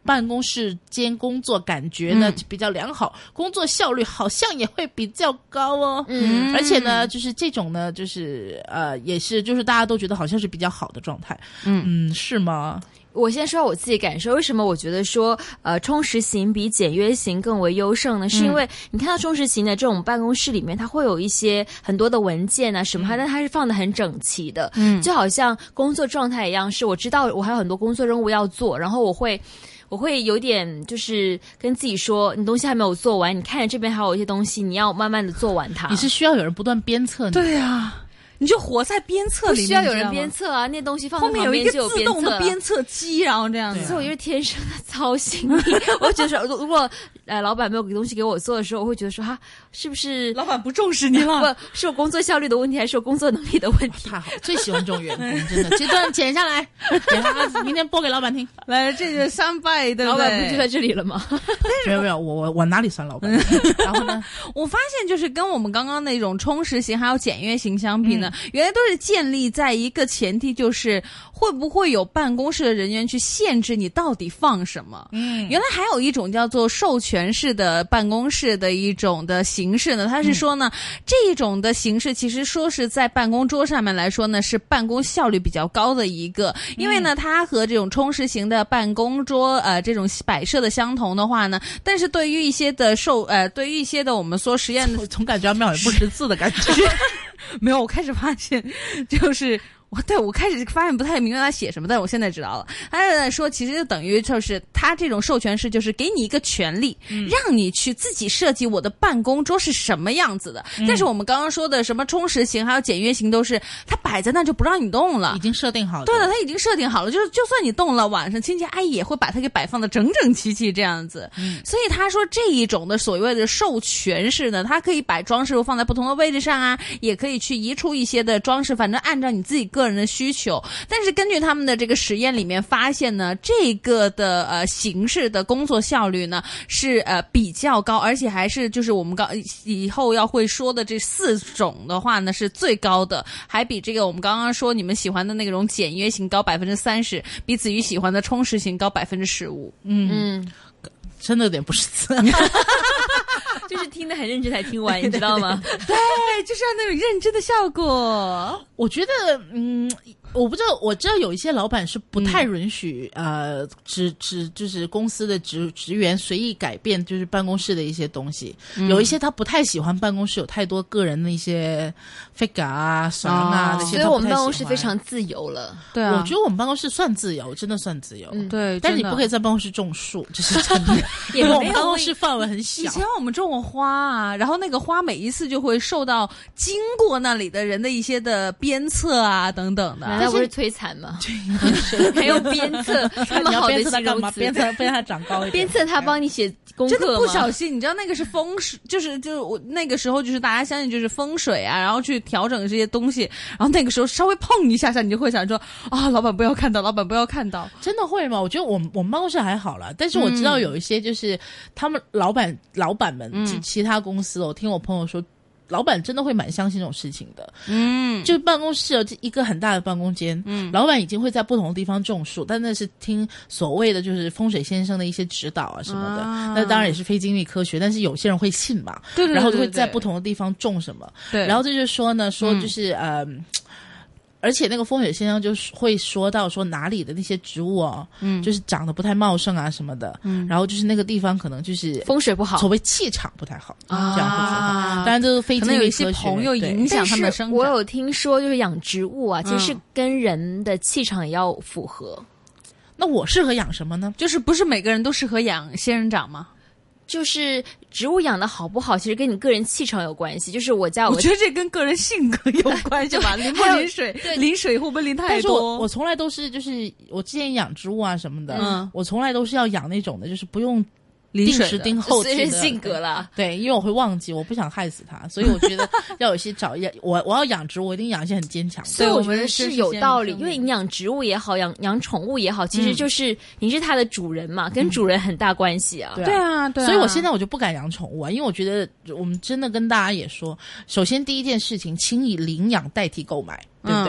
办公室间工作感觉呢、嗯、比较良好，工作效率好像也会比较高哦。嗯，而且呢，就是这种呢，就是呃，也是就是大家都觉得好像是比较好的状态。嗯嗯，是吗？ 我先说我自己感受，为什么我觉得说呃充实型比简约型更为优胜呢？是因为你看到充实型的这种办公室里面，它会有一些很多的文件啊什么，但它是放得很整齐的，嗯，就好像工作状态一样，是我知道我还有很多工作任务要做，然后我会我会有点就是跟自己说，你东西还没有做完，你看着这边还有一些东西，你要慢慢的做完它。 你是需要有人不断鞭策你。 对啊。你就活在鞭策里面， 不需要有人鞭策啊，那东西放在旁边后面有一个自动的鞭策机，然后这样子。 所以我就是天生的操心力。我觉得说，如果呃老板没有给东西给我做的时候，我会觉得说，哈，是不是老板不重视你了？ 不是我工作效率的问题，还是我工作能力的问题？ 太好，最喜欢这种员工，真的。这段剪下来，剪下来，明天播给老板听。 来，这个三拜，对不对？ 老板不就在这里了吗？ 没有没有，我我我哪里算老板？然后呢， 我发现就是跟我们刚刚那种充实型还有简约型相比呢，嗯、原来都是。建立在一个前提，就是会不会有办公室的人员去限制你到底放什么？嗯，原来还有一种叫做授权式的办公室的一种的形式呢，它是说呢，嗯、这一种的形式其实说是在办公桌上面来说呢，是办公效率比较高的一个，因为呢，它和这种充实型的办公桌呃这种摆设的相同的话呢，但是对于一些的授呃对于一些的我们说实验的， 总感觉妙语不识字的感觉。 没有，我开始发现，就是我对我开始发现不太明白他写什么，但是我现在知道了。他在说，其实就等于就是他这种授权式，就是给你一个权利，嗯、让你去自己设计我的办公桌是什么样子的。嗯、但是我们刚刚说的什么充实型还有简约型，都是它摆在那就不让你动了， 已经设定好了。 对了，它已经设定好了，就是就算你动了，晚上亲戚阿姨也会把它给摆放的整整齐齐这样子。嗯、所以他说这一种的所谓的授权式呢，它可以把装饰物放在不同的位置上啊，也可以去移出一些的装饰，反正按照你自己个人的需求。但是根据他们的这个实验里面发现呢，这个的呃形式的工作效率呢是呃比较高，而且还是就是我们刚以后要会说的这四种的话呢是最高的，还比这个我们刚刚说你们喜欢的那种简约型高百分之三十，比子瑜喜欢的充实型高百分之十五。 嗯嗯，真的有点不识字。 就是听得很认真才听完，你知道吗？ 对，就是要那种认真的效果。 我觉得，嗯，我不知道，我知道有一些老板是不太允许、嗯、呃，职职就是公司的职职员随意改变，就是办公室的一些东西。嗯、有一些他不太喜欢办公室有太多个人的一些 figure 啊、绳啊、哦、那些， 所以我们办公室非常自由了。 对啊， 我觉得我们办公室算自由，真的算自由。 嗯、对， 但是你不可以在办公室种树，这是真的。因为我们办公室范围很小。 以前我们种过花啊，然后那个花每一次就会受到经过那里的人的一些的鞭策啊等等的。 难道不是摧残吗？还用鞭策，那么好的形容词， 鞭策鞭他长高一点， 鞭策他帮你写功课吗？ 真的不小心，你知道那个是风水，就是就是我那个时候就是大家相信就是风水啊，然后去调整这些东西，然后那个时候稍微碰一下下，你就会想说啊，老板不要看到，老板不要看到， 真的会吗？我觉得我们我们办公室还好啦，但是我知道有一些就是他们老板老板们其其他公司，我听我朋友说。老板真的会蛮相信这种事情的，嗯，就办公室有一个很大的办公间，嗯，老板已经会在不同的地方种树，但那是听所谓的就是风水先生的一些指导啊什么的，啊、那当然也是非精密科学，但是有些人会信嘛， 对对对对对， 然后就会在不同的地方种什么，对，然后这就是说呢，说就是呃。嗯而且那个风水先生就会说到说哪里的那些植物哦，嗯，就是长得不太茂盛啊什么的，嗯，然后就是那个地方可能就是风水不好， 所谓气场不太好啊，这样会说话。当然这是非精密科学， 可能有一些朋友影响他们的生长。 我有听说就是养植物啊，其实是跟人的气场也要符合。 嗯、那我适合养什么呢？ 就是不是每个人都适合养仙人掌吗？ 就是植物养的好不好，其实跟你个人气场有关系。就是我家有， 我觉得这跟个人性格有关系吧，淋不淋水，淋水会不会淋太多？ 但是我我从来都是就是我之前养植物啊什么的，嗯，我从来都是要养那种的，就是不用。定时定候的性格啦， 对，因为我会忘记，我不想害死它，所以我觉得要有一些找一我我要养植物，我一定养一些很坚强的。 所以我觉得是有道理，因为你养植物也好，养养宠物也好，其实就是、嗯、你是它的主人嘛，跟主人很大关系啊。 嗯、 对啊，对啊。 所以我现在我就不敢养宠物啊，因为我觉得我们真的跟大家也说，首先第一件事情，请以领养代替购买。对不对？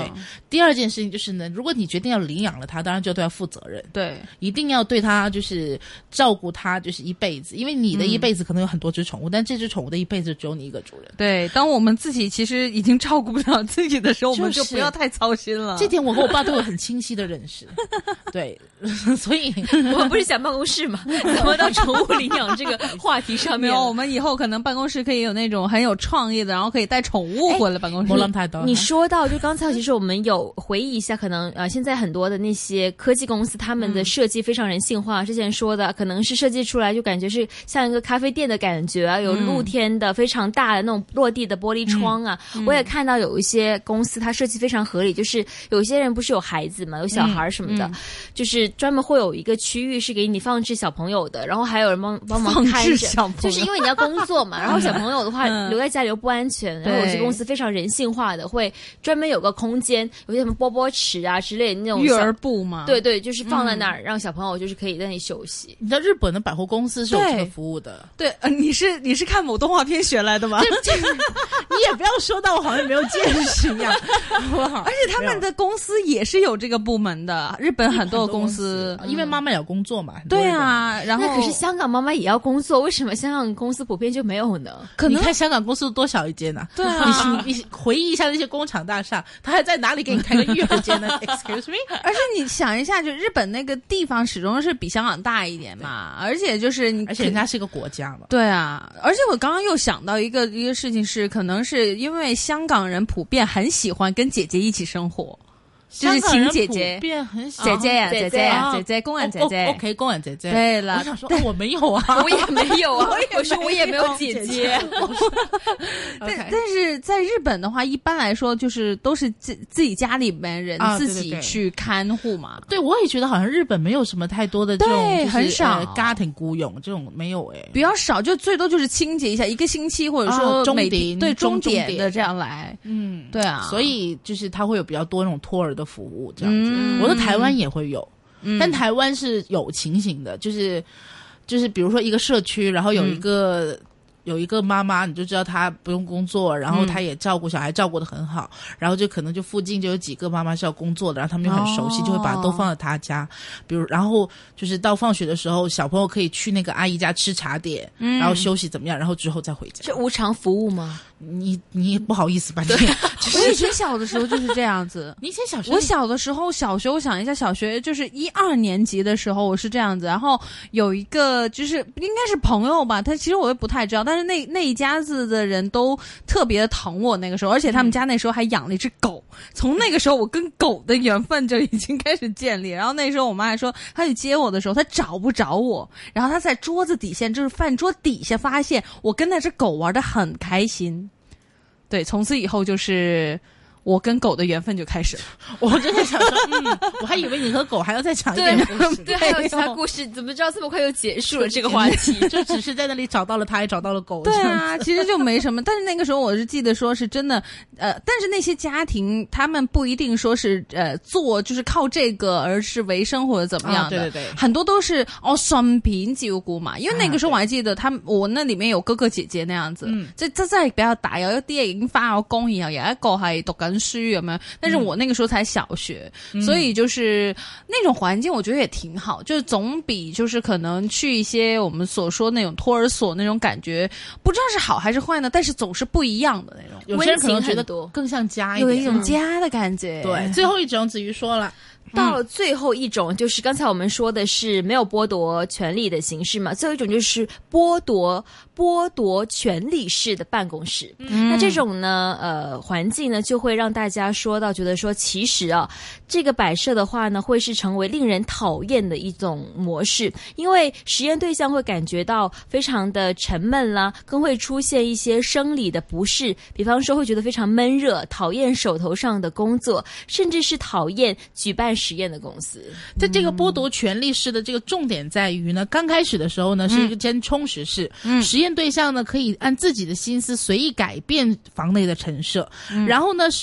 对，第二件事情就是呢，如果你决定要领养了它，当然就要对它负责任。 对， 一定要对它就是照顾它，就是一辈子。因为你的一辈子可能有很多只宠物，嗯、但这只宠物的一辈子只有你一个主人。 对，当我们自己其实已经照顾不了自己的时候，我们就不要太操心了。 这点我和我爸都有很清晰的认识。对，所以我们不是讲办公室吗？怎么到宠物领养这个话题上面？ 没有，我们以后可能办公室可以有那种很有创意的，然后可以带宠物回来办公室。 你说到就刚才其实我们有回忆一下，可能呃现在很多的那些科技公司，他们的设计非常人性化。嗯、之前说的可能是设计出来就感觉是像一个咖啡店的感觉啊，有露天的、嗯、非常大的那种落地的玻璃窗啊。嗯、我也看到有一些公司它设计非常合理，就是有些人不是有孩子嘛，有小孩什么的，嗯嗯、就是专门会有一个区域是给你放置小朋友的，然后还有人帮帮忙看着，就是因为你要工作嘛，然后小朋友的话、嗯、留在家里又不安全，然后有些公司非常人性化的，会专门有个空间，有些什么波波池啊之类的那种育儿部嘛， 对对，就是放在那儿、嗯、让小朋友就是可以在那里休息。 你知道日本的百货公司是有这个服务的， 对，呃，你是你是看某动画片学来的吗？ 你也不要说到我好像没有见识一样，好不好？ 而且他们的公司也是有这个部门的，日本很多公司， 公司因为妈妈要工作嘛。 对啊，然后那可是香港妈妈也要工作，为什么香港公司普遍就没有呢？ 可能你看香港公司多小一间呢、啊？ 对啊， 你你回忆一下那些工厂大厦，他还在哪里给你开个育儿间呢？Excuse me？ 而且你想一下，就日本那个地方始终是比香港大一点嘛，而且就是你， 而且人家是一个国家嘛。 对啊，而且我刚刚又想到一个一个事情是，可能是因为香港人普遍很喜欢跟姐姐一起生活。就是亲姐姐，姐姐呀，姐姐呀，姐姐，工人姐姐 ，OK， 工人姐姐。 对了， 我想说，我没有啊， 我也没有啊，我说我也没有姐姐。 但但是在日本的话，一般来说就是都是自自己家里面人自己去看护嘛。 对，我也觉得好像日本没有什么太多的这种， 很少家庭雇佣这种没有哎， 比较少，就最多就是清洁一下，一个星期或者说每对钟点的这样来。嗯，对啊， 所以就是他会有比较多那种托儿的服务这样子，嗯、我的台湾也会有，嗯、但台湾是有情形的，就是就是比如说一个社区，然后有一个、嗯、有一个妈妈，你就知道她不用工作，然后她也照顾小孩，照顾得很好，然后就可能就附近就有几个妈妈是要工作的，然后他们就很熟悉，哦、就会把都放在她家，比如然后就是到放学的时候，小朋友可以去那个阿姨家吃茶点，嗯、然后休息怎么样，然后之后再回家。 是无偿服务吗？ 你你不好意思吧？你我以前小的时候就是这样子。 你以前小学？ 我小的时候，小学我想一下，小学就是一二年级的时候，我是这样子。然后有一个就是应该是朋友吧，他其实我也不太知道，但是那那一家子的人都特别的疼我那个时候，而且他们家那时候还养了一只狗。从那个时候，我跟狗的缘分就已经开始建立。然后那时候我妈还说，她去接我的时候，她找不着我，然后她在桌子底下，就是饭桌底下发现我跟那只狗玩得很开心。对，从此以后就是我跟狗的缘分就开始了。 我真的想说，嗯，我还以为你和狗还要再讲一点故事， 对，还有其他故事，怎么知道这么快就结束了这个话题？ 就只是在那里找到了他，也找到了狗。 对啊，其实就没什么。但是那个时候我是记得说是真的，呃，但是那些家庭他们不一定说是呃做就是靠这个而是为生或者怎么样的， 啊、对对对， 很多都是哦顺便照顾嘛。因为那个时候我还记得他们，我那里面有哥哥姐姐那樣子，嗯，即即真係比較大，有一啲已經返咗工，然後有一個係讀緊書咁樣。但是我那個時候才小學，嗯、所以就是那種環境，我覺得也挺好，就總比就是可能去一些我們所說那種托兒所那種感覺，不知道是好還是壞呢，但是總是不一樣的那種。 有些人可能覺得更像家一點， 有一種家的感覺。 嗯、對，最後一種子瑜說了。 到了最後一種，就是剛才我們說的是沒有剝奪權利的形式嘛，最後一種就是剝奪剝奪權利式的辦公室。嗯、那這種呢，呃，環境呢就會讓大家說到覺得說，其實啊，這個擺設的話呢，會是成為令人討厭的一種模式，因為實驗對象會感覺到非常的沉悶啦，更會出現一些生理的不適，比方說會覺得非常悶熱，討厭手頭上的工作，甚至是討厭舉辦實驗的公司。 在這個剝奪權利式的這個重點在於呢，剛開始的時候呢是一個間充實式，嗯、實驗對象呢可以按自己的心思隨意改變房內的陳設，嗯、然後呢實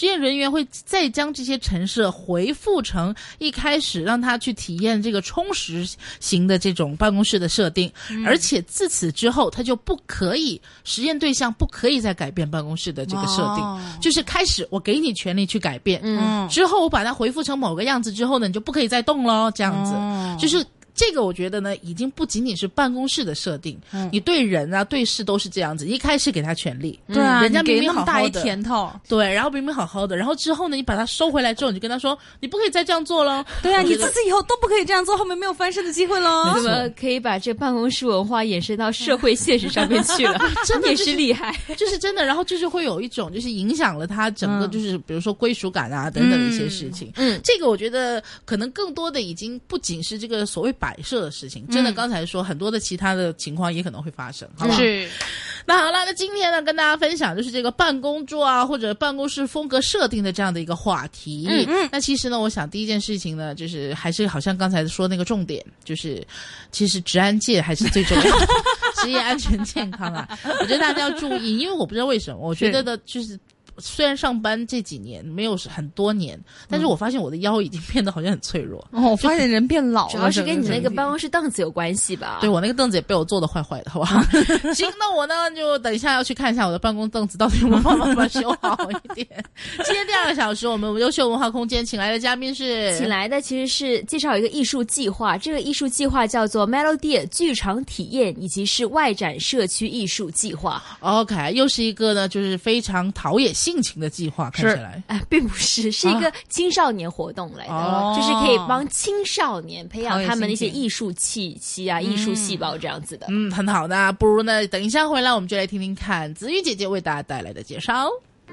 实验人员会再将这些陈设回复成一开始让他去体验这个充实型的这种办公室的设定，嗯、而且自此之后他就不可以实验对象不可以再改变办公室的这个设定，哦、就是开始我给你权利去改变，嗯，之后我把它回复成某个样子之后呢，你就不可以再动咯，这样子，哦、就是。这个我觉得呢，已经不仅仅是办公室的设定，嗯、你对人啊、对事都是这样子。一开始给他权利， 对啊， 人家明明好好的， 给那么大一甜头， 对，然后明明好好的，然后之后呢，你把他收回来之后，你就跟他说，你不可以再这样做了。 对啊，你这次以后都不可以这样做，后面没有翻身的机会喽。 那么可以把这办公室文化延伸到社会现实上面去了， 真的、 也是厉害， 就是真的。然后就是会有一种就是影响了他整个就是、嗯、比如说归属感啊等等的一些事情。嗯，这个我觉得可能更多的已经不仅是这个所谓摆设的事情。真的，刚才说很多的其他的情况也可能会发生，好不好？ 是。 那好了，那今天呢，跟大家分享就是这个办公桌啊，或者办公室风格设定的这样的一个话题。嗯嗯。那其实呢，我想第一件事情呢，就是还是好像刚才说那个重点，就是其实职安界还是最重要的，职业安全健康啊，我觉得大家要注意，因为我不知道为什么，我觉得的就是。虽然上班这几年没有很多年，但是我发现我的腰已经变得好像很脆弱。 哦，我发现人变老了， 主要是跟你那个办公室凳子有关系吧？ 对，我那个凳子也被我坐得坏坏的，好不好？行，那我呢就等一下要去看一下我的办公凳子到底有没有办法把它修好一点。今天第二个小时，我们优秀文化空间请来的嘉宾是， 请来的其实是介绍一个艺术计划，这个艺术计划叫做 Melody 剧场体验以及是外展社区艺术计划。 OK， 又是一个呢，就是非常陶冶性情的计划，看起来哎、呃，并不是，是一个青少年活动来的，啊、就是可以帮青少年培养他们的一些艺术气息啊、艺术细胞这样子的。 嗯，很好的。不如呢，等一下回来，我们就来听听看子瑜姐姐为大家带来的介绍。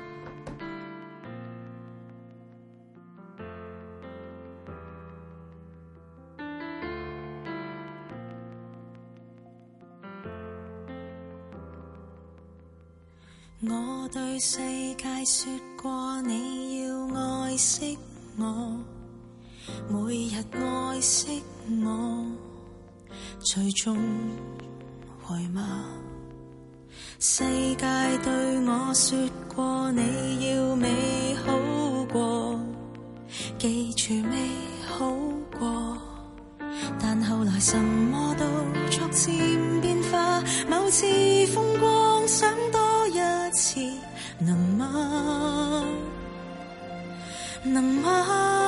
我對世界說過你要愛惜我，每日愛惜我，最終會嗎？世界對我說過你要美好過，記住美好過，但後來什麼都逐漸變化，某次風光想多一次，能嗎？能嗎？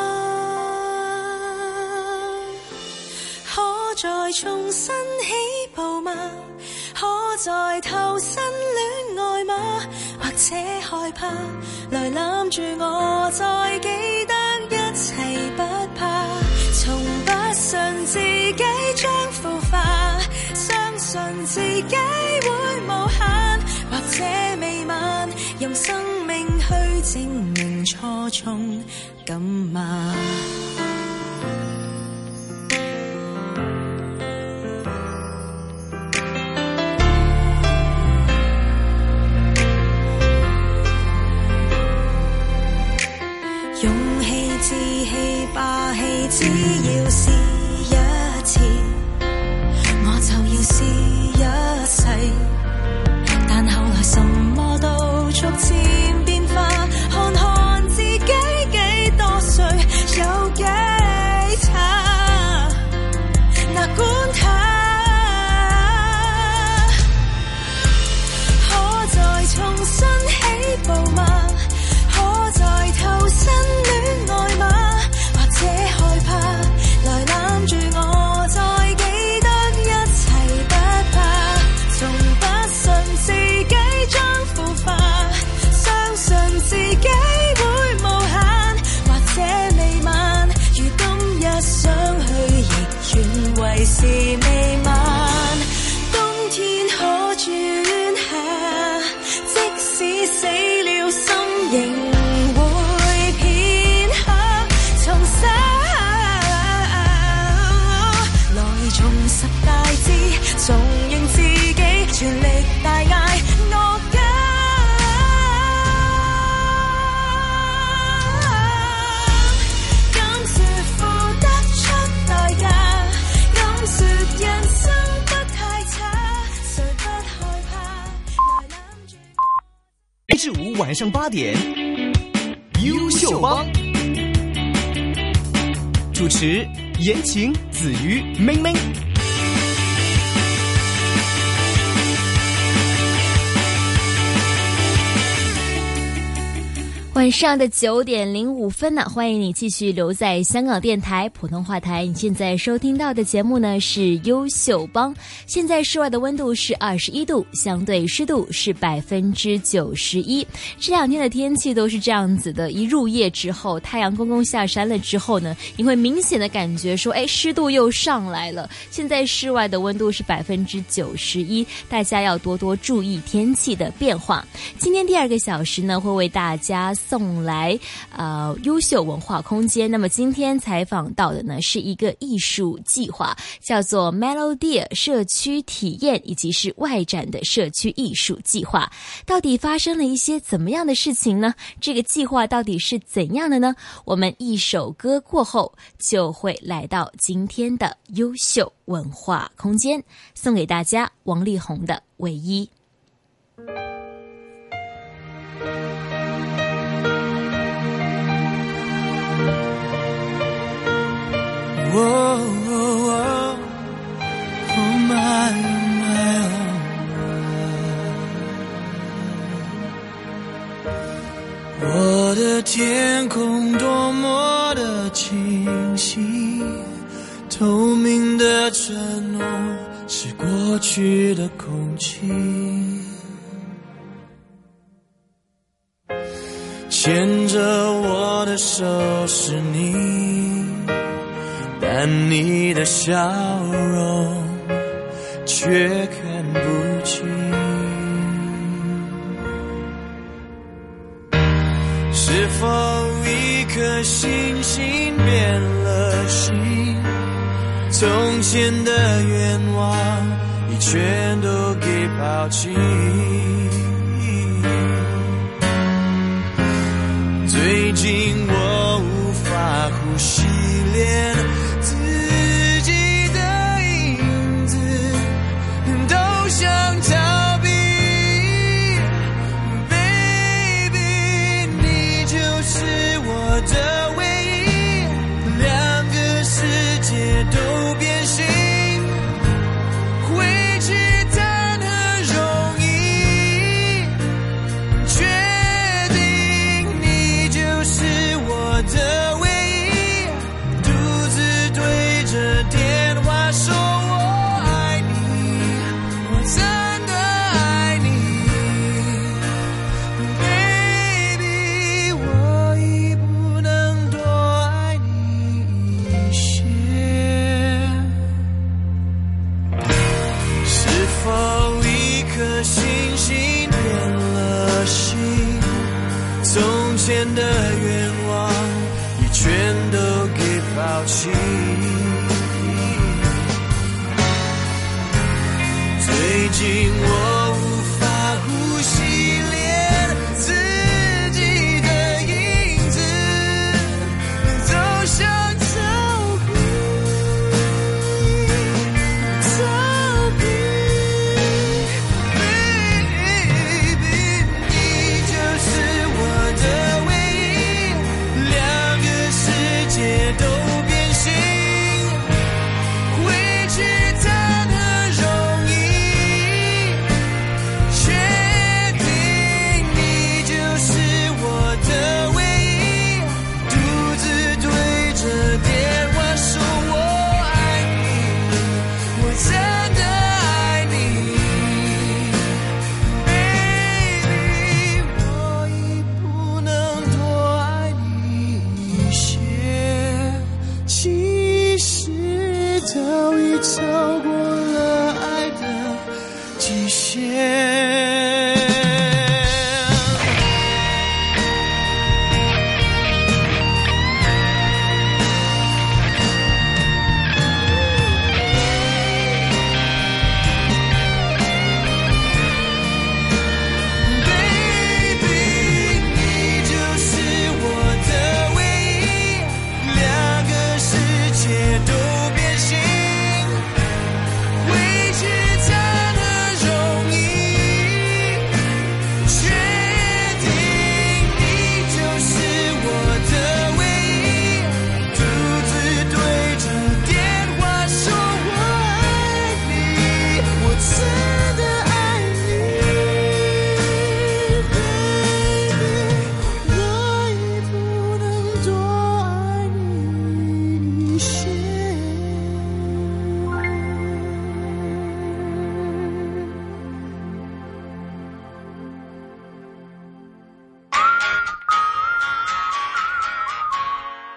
可再重新起步嗎？可再投身戀愛嗎？或者害怕來攬住我，再記得一切不怕，從不信自己將腐化，相信自己會無限，或者未晚，用生命去證明錯從敢嗎？勇氣、志氣、霸氣，只要試一次，我就要試一世。但後來什麼都逐漸變化，看看自己幾多歲，有幾差，哪管它。可再重新起步嗎？可再投身戀愛嗎？或者害怕來攬住我，再記得一切不怕，從不信自己將腐化，相信自己會無限，或者未晚，如今一想去亦願為時未晚，冬天可轉夏，即使死了心仍重認自己，全力大嗌我敢，敢說付得出代價，敢說人生不太差，誰不害怕來攬住。 一至五晚上八點， 优秀帮，主持言情、子瑜、妹妹。 晚上的九点零五分呢，欢迎你继续留在香港电台普通话台。你现在收听到的节目呢是优秀帮。现在室外的温度是二十一度，相对湿度是百分之九十一。这两天的天气都是这样子的，一入夜之后，太阳公公下山了之后呢，你会明显的感觉说，哎，湿度又上来了。现在室外的温度是百分之九十一，大家要多多注意天气的变化。今天第二个小时呢，会为大家送来呃优秀文化空间。那么今天采访到的呢是一个艺术计划，叫做 Melody 社区体验以及是外展的社区艺术计划。到底发生了一些怎么样的事情呢？这个计划到底是怎样的呢？我们一首歌过后就会来到今天的优秀文化空间，送给大家王力宏的唯一。 Oh, oh, oh, oh my, oh my, oh. 我的天空多么的清晰，透明的承诺是过去的空气，牵着我的手是你，但你的笑容却看不清，是否一颗星星变了心？从前的愿望已全都给抛弃，最近我无法呼吸，连自己的影子都想逃避。 Baby 你就是我的唯一，两个世界都变形，回去谈何容易，确定你就是我的唯一，独自对着电话说我爱你，我真的爱你 Baby 我已不能多爱你一些，是否一颗星星变了心，从前的愿望已全都给抛弃，最近我无法呼吸，连自己的影子都想逃避，逃避 Baby 你就是我的唯一，两个世界都变形，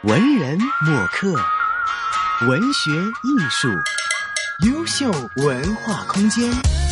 文人墨客，文学艺术，优秀文化空间。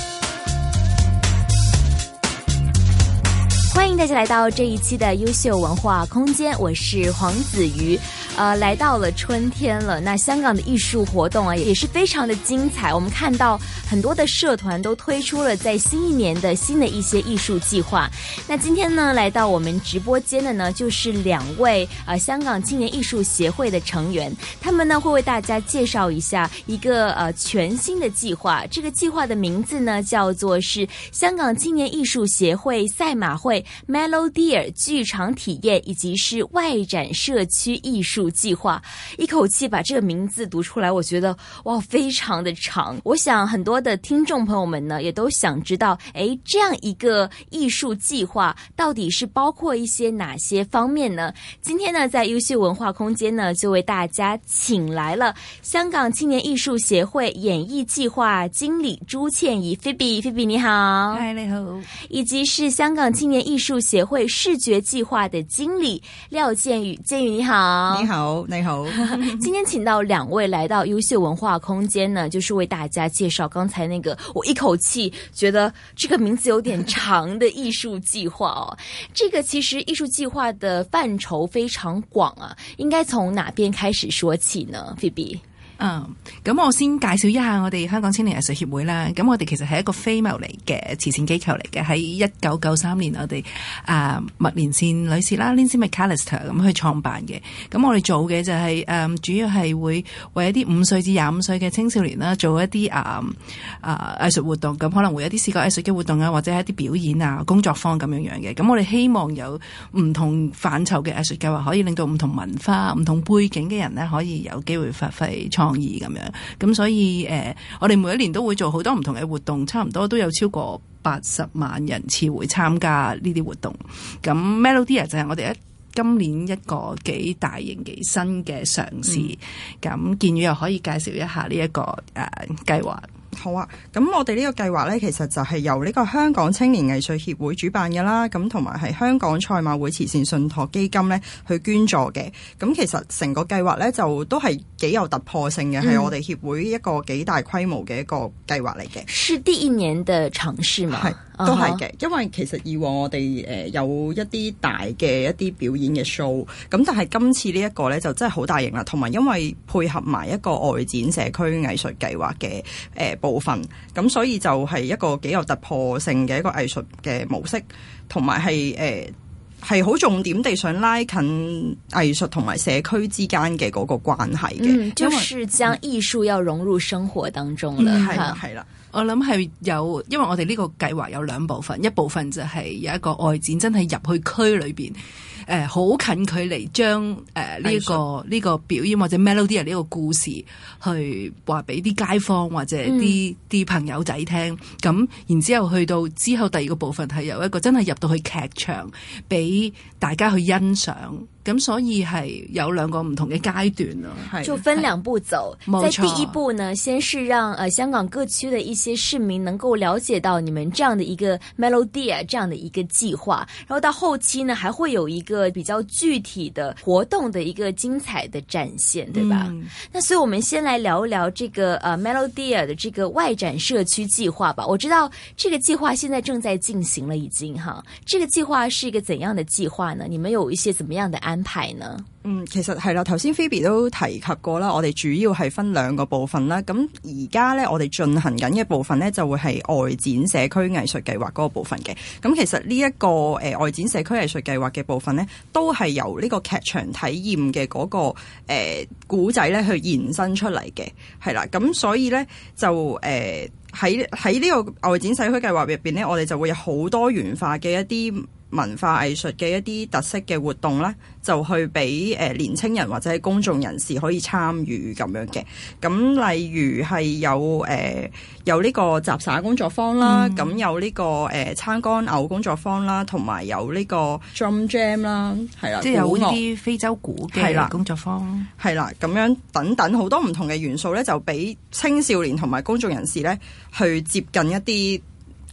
欢迎大家来到这一期的优秀文化空间，我是黄子瑜。呃，来到了春天了，那香港的艺术活动啊也是非常的精彩。我们看到很多的社团都推出了在新一年的新的一些艺术计划。那今天呢，来到我们直播间的呢，就是两位呃香港青年艺术协会的成员，他们呢会为大家介绍一下一个呃全新的计划。这个计划的名字呢叫做是香港青年艺术协会赛马会 Melodeer 剧场体验以及是外展社区艺术计划。一口气把这个名字读出来，我觉得哇非常的长。我想很多的听众朋友们呢也都想知道，诶，这样一个艺术计划到底是包括一些哪些方面呢？今天呢在优秀文化空间呢就为大家请来了香港青年艺术协会演艺计划经理朱倩怡 Phoebe Phoebe 你好。 嗨，你好。 以及是香港青年艺术协会视觉计划的经理廖建宇，建宇你好。 你好，你好。 今天请到两位来到优秀文化空间呢，就是为大家介绍刚才那个我一口气觉得这个名字有点长的艺术计划哦。这个其实艺术计划的范畴非常广啊，应该從哪邊開始說起呢 Phoebe？ 嗯，咁我先介紹一下我哋香港青年藝術協會啦。咁我哋其實係一個非牟利嘅慈善機構嚟嘅。喺一九九三年，我哋啊麥連線女士啦 Lindsay McAllister 咁去創辦嘅。咁我哋做嘅就係、是、誒、嗯、主要係會為一啲五歲至廿五歲嘅青少年啦，做一啲啊啊藝術活動。咁可能會有啲視覺藝術嘅活動啊，或者係一啲表演啊、工作坊咁樣樣嘅。咁我哋希望有唔同範疇嘅藝術計劃，可以令到唔同文化、唔同背景嘅人咧，可以有機會發揮創意咁樣，咁所以誒、呃，我哋每一年都會做好多唔同嘅活動，差唔多都有超過八十萬人次會參加呢啲活動。咁 Melodeer 就係我哋一今年一個幾大型幾新嘅嘗試。咁、嗯、建宇又可以介紹一下呢、這、一個誒、呃、計劃。 好啊，咁我哋呢個計劃呢，其實就係由呢個香港青年藝術協會主辦嘅啦，咁同埋係香港賽馬會慈善信託基金呢去捐助嘅。咁其實成個計劃呢，就都係幾有突破性嘅，係、嗯、我哋協會一個幾大規模嘅一個計劃嚟嘅。 是第一年的嘗試嘛？係都係嘅，因為其實以往我哋誒、呃、有一啲大嘅一啲表演嘅 show，咁但係今次呢一個呢，就真係好大型啦，同埋因為配合埋一個外展社區藝術計劃嘅誒、呃部分，咁所以就係一個幾有突破性嘅一個藝術嘅模式，同埋係誒係好重點地想拉近藝術同埋社區之間嘅嗰個關係嘅、 嗯，就是將藝術要融入生活當中了。 係啦，係啦。 我諗係有，因為我哋呢個計劃有兩部分，一部分就係有一個外展，真係入去區裏邊。誒、呃、好近距離將誒呢一個呢、這個表演或者 Melodeer 呢個故事去話俾啲街坊或者啲啲、嗯、朋友仔聽，咁然之後去到之後第二個部分係有一個真係入到去劇場俾大家去欣賞。咁所以係有兩個唔同嘅階段咯， 就分兩步走。在第一步呢，先是讓呃香港各區的一些市民能夠了解到你們這樣的一個 Melodeer 這樣的一個計劃，然後到後期呢，還會有一個比較具體的活動的一個精彩的展現，對吧？嗯、那所以我們先來聊一聊這個呃 Melodeer 的這個外展社區計劃吧。我知道這個計劃現在正在進行了，已經哈。這個計劃是一個怎樣的計劃呢？你們有一些怎麼樣的安排呢？ 嗯，其實係啦，頭先 Phoebe 都提及過啦，我哋主要係分兩個部分啦。咁而家咧，我哋進行緊嘅部分咧，就會係外展社區藝術計劃嗰個部分嘅。咁其實呢、這、一個誒、呃、外展社區藝術計劃嘅部分咧，都係由呢個劇場體驗嘅嗰、那個誒古仔咧去延伸出嚟嘅，係啦。咁所以咧就誒喺喺呢個外展社區計劃入邊咧，我哋就會有好多元化嘅一啲文化藝術嘅一啲特色嘅活動咧，就去俾誒、呃、年青人或者係公眾人士可以參與咁樣嘅。咁例如係有誒、呃、有呢個雜耍工作坊啦，咁、嗯、有呢、這個誒撐竿牛工作坊啦，同埋有呢個 drum jam 啦，係啦， 即係有啲非洲鼓嘅工作坊， 係啦，咁樣等等好多唔同嘅元素咧，就俾青少年同埋公眾人士咧去接近一啲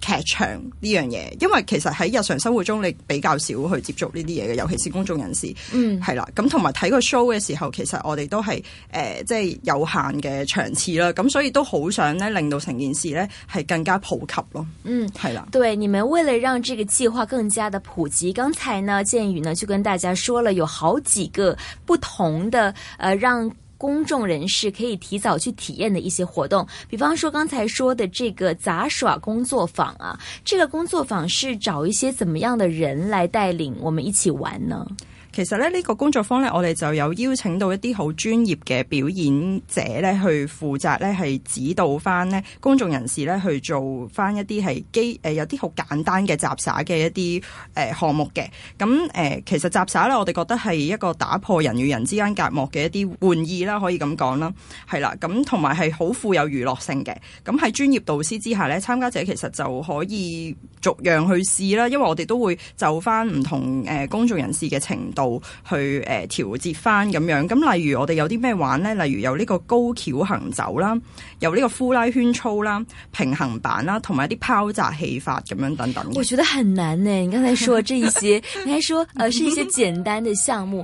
劇場呢樣嘢，因為其實喺日常生活中你比較少去接觸呢啲嘢嘅，尤其是公眾人士。嗯，係啦。咁同埋睇個 show 嘅時候，其實我哋都係誒即係有限嘅場次啦。咁所以都好想咧令到成件事咧係更加普及咯。 嗯， 係啦。 對，你們為了讓這個計劃更加的普及，剛才呢建宇呢就跟大家說了有好幾個不同的呃讓公眾人士可以提早去體驗的一些活動，比方說剛才說的這個雜耍工作坊啊，這個工作坊是找一些怎麼樣的人來帶領我們一起玩呢？ 其實咧呢個工作坊咧，我哋就有邀請到一啲好專業嘅表演者咧，去負責咧係指導翻咧公眾人士咧去做翻一啲係基誒有啲好簡單嘅雜耍嘅一啲誒項目嘅。咁誒、呃、其實雜耍咧，我哋覺得係一個打破人與人之間隔膜嘅一啲玩意啦，可以咁講啦，係啦。咁同埋係好富有娛樂性嘅。咁喺專業導師之下咧，參加者其實就可以逐樣去試啦，因為我哋都會就翻唔同誒、呃、公眾人士嘅程度。去誒調節翻咁樣，咁例如我哋有啲咩玩呢？例如有呢個高蹺行走啦，有呢個呼拉圈操啦、平衡板啦，同埋一啲拋擲戲法咁樣等等。 我覺得很難呢。你剛才說這一些，你還說呃是一些簡單的項目。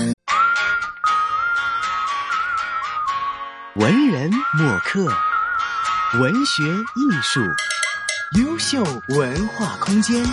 文人墨客，文學藝術，優秀文化空間。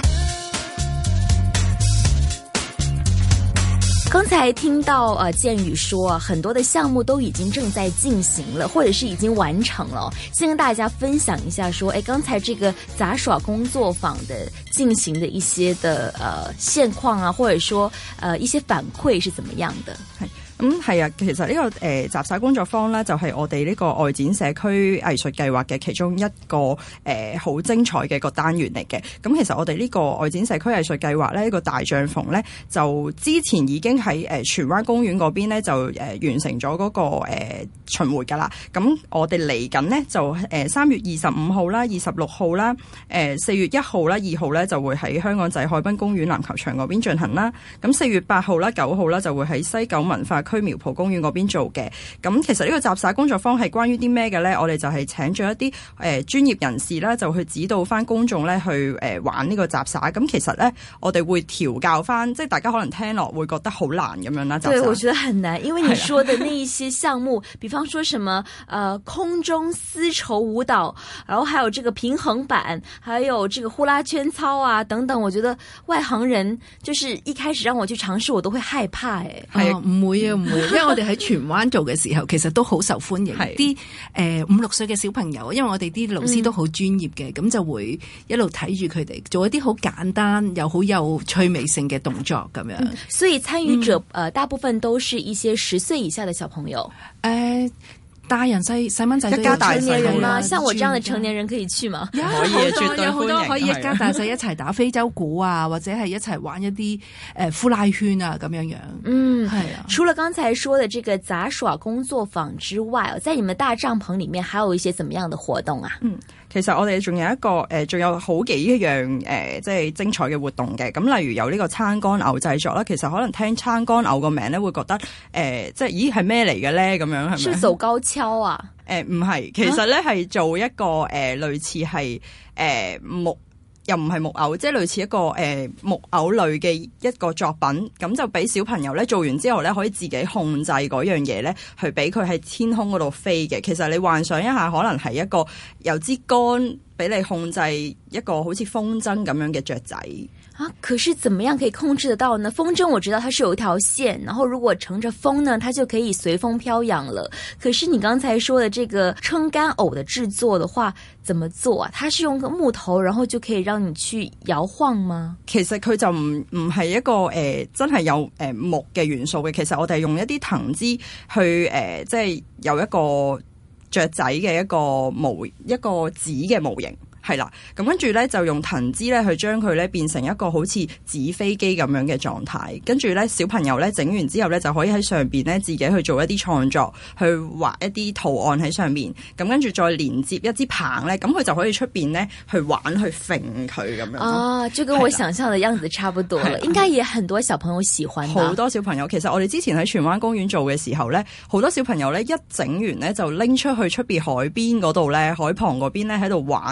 剛才聽到呃建宇說啊，很多的項目都已經正在進行了，或者是已經完成了。先跟大家分享一下說，誒，剛才這個雜耍工作坊的進行的一些的呃現況啊，或者說呃一些反饋是怎麼樣的？係。 咁係啊，其實呢、這個誒雜耍工作坊咧，就係、是、我哋呢個外展社區藝術計劃嘅其中一個誒好、呃、精彩嘅一個單元嚟嘅。咁其實我哋呢個外展社區藝術計劃咧，呢、這個大帳篷咧，就之前已經喺誒荃灣公園嗰邊咧，就誒、呃、完成咗嗰、那個誒、呃、巡迴噶啦。咁我哋嚟緊咧就誒三、呃、月二十五號啦、二十六號啦、誒四月一號啦、二號咧就會喺香港仔海濱公園籃球場嗰邊進行啦。咁四月八號啦、九號啦就會喺西九文化區苗圃公園嗰邊做嘅。咁其實呢個雜耍工作坊係關於啲咩嘅咧？我哋就係請咗一啲誒專業人士啦，就去指導翻公眾咧去誒、呃、玩呢個雜耍。咁其實咧，我哋會調教翻，即係大家可能聽落會覺得好難咁樣啦。 對，我覺得很難，因為你說的那一些項目，比方說什麼呃空中絲綢舞蹈，然後還有這個平衡板，還有這個呼啦圈操啊等等，我覺得外行人就是一開始讓我去嘗試，我都會害怕誒。 係啊，唔會啊，唔會，因為我哋喺荃灣做嘅時候，其實都好受歡迎。啲誒五六歲嘅小朋友，因為我哋啲老師都好專業嘅，咁、嗯、就會一路睇住佢哋做一啲好簡單又好有趣味性嘅動作咁樣、嗯。 所以參與者誒、嗯呃、大部分都是一些十歲以下的小朋友。誒、 呃。大人細細蚊仔都有， 一家大細人嗎？像我這樣的成年人可以去嗎？ 有好多有好多可以一家大細一齊打非洲鼓啊，或者係一齊玩一啲誒、呃、呼拉圈啊咁樣樣。 嗯，係啊。除了剛才說的這個雜耍工作坊之外，在你們大帳篷裏面還有一些怎麼樣的活動啊？ 嗯，其實我哋仲有一個誒，仲、呃、有好幾樣誒、呃，即係精彩嘅活動嘅。咁例如有呢個撐竿牛製作啦，其實可能聽撐竿牛個名咧，會覺得誒、呃，即係咦係咩嚟嘅咧？咁樣係咪？ 是走高蹺啊？ 誒唔係，其實咧係做一個誒、呃、類似係誒、呃、木。又唔係木偶，即係類似一個誒、呃、木偶類嘅一個作品，咁就俾小朋友咧做完之後咧，可以自己控制嗰樣嘢咧，去俾佢喺天空嗰度飛嘅。其實你幻想一下，可能係一個有支竿俾你控制一個好似風箏咁樣嘅雀仔。 啊，可是怎麼樣可以控制得到呢？風箏我知道它是有一條線，然後如果乘着風呢，它就可以隨風飄揚了。可是你剛才說的這個撐竿偶的製作的話，怎麼做啊？它是用個木頭，然後就可以讓你去搖晃嗎？ 其實佢就唔唔係一個誒、呃、真係有誒、呃、木嘅元素嘅。其實我哋係用一啲藤枝去誒、呃，即係有一個雀仔嘅一個模一個紙嘅模型。係啦，咁跟住咧就用藤枝咧去將佢咧變成一個好似紙飛機咁樣嘅狀態，跟住咧小朋友咧整完之後咧就可以喺上邊咧自己去做一啲創作，去畫一啲圖案喺上面，咁跟住再連接一支棒咧，咁佢就可以出邊咧去玩去揈佢咁樣。哦、啊，就跟我想象的樣子差不多了，應該也很多小朋友喜歡。好多小朋友，其實我哋之前喺荃灣公園做嘅時候咧，好多小朋友咧一整完咧就拎出去出邊海邊嗰度咧，海旁嗰邊咧喺度玩咧玩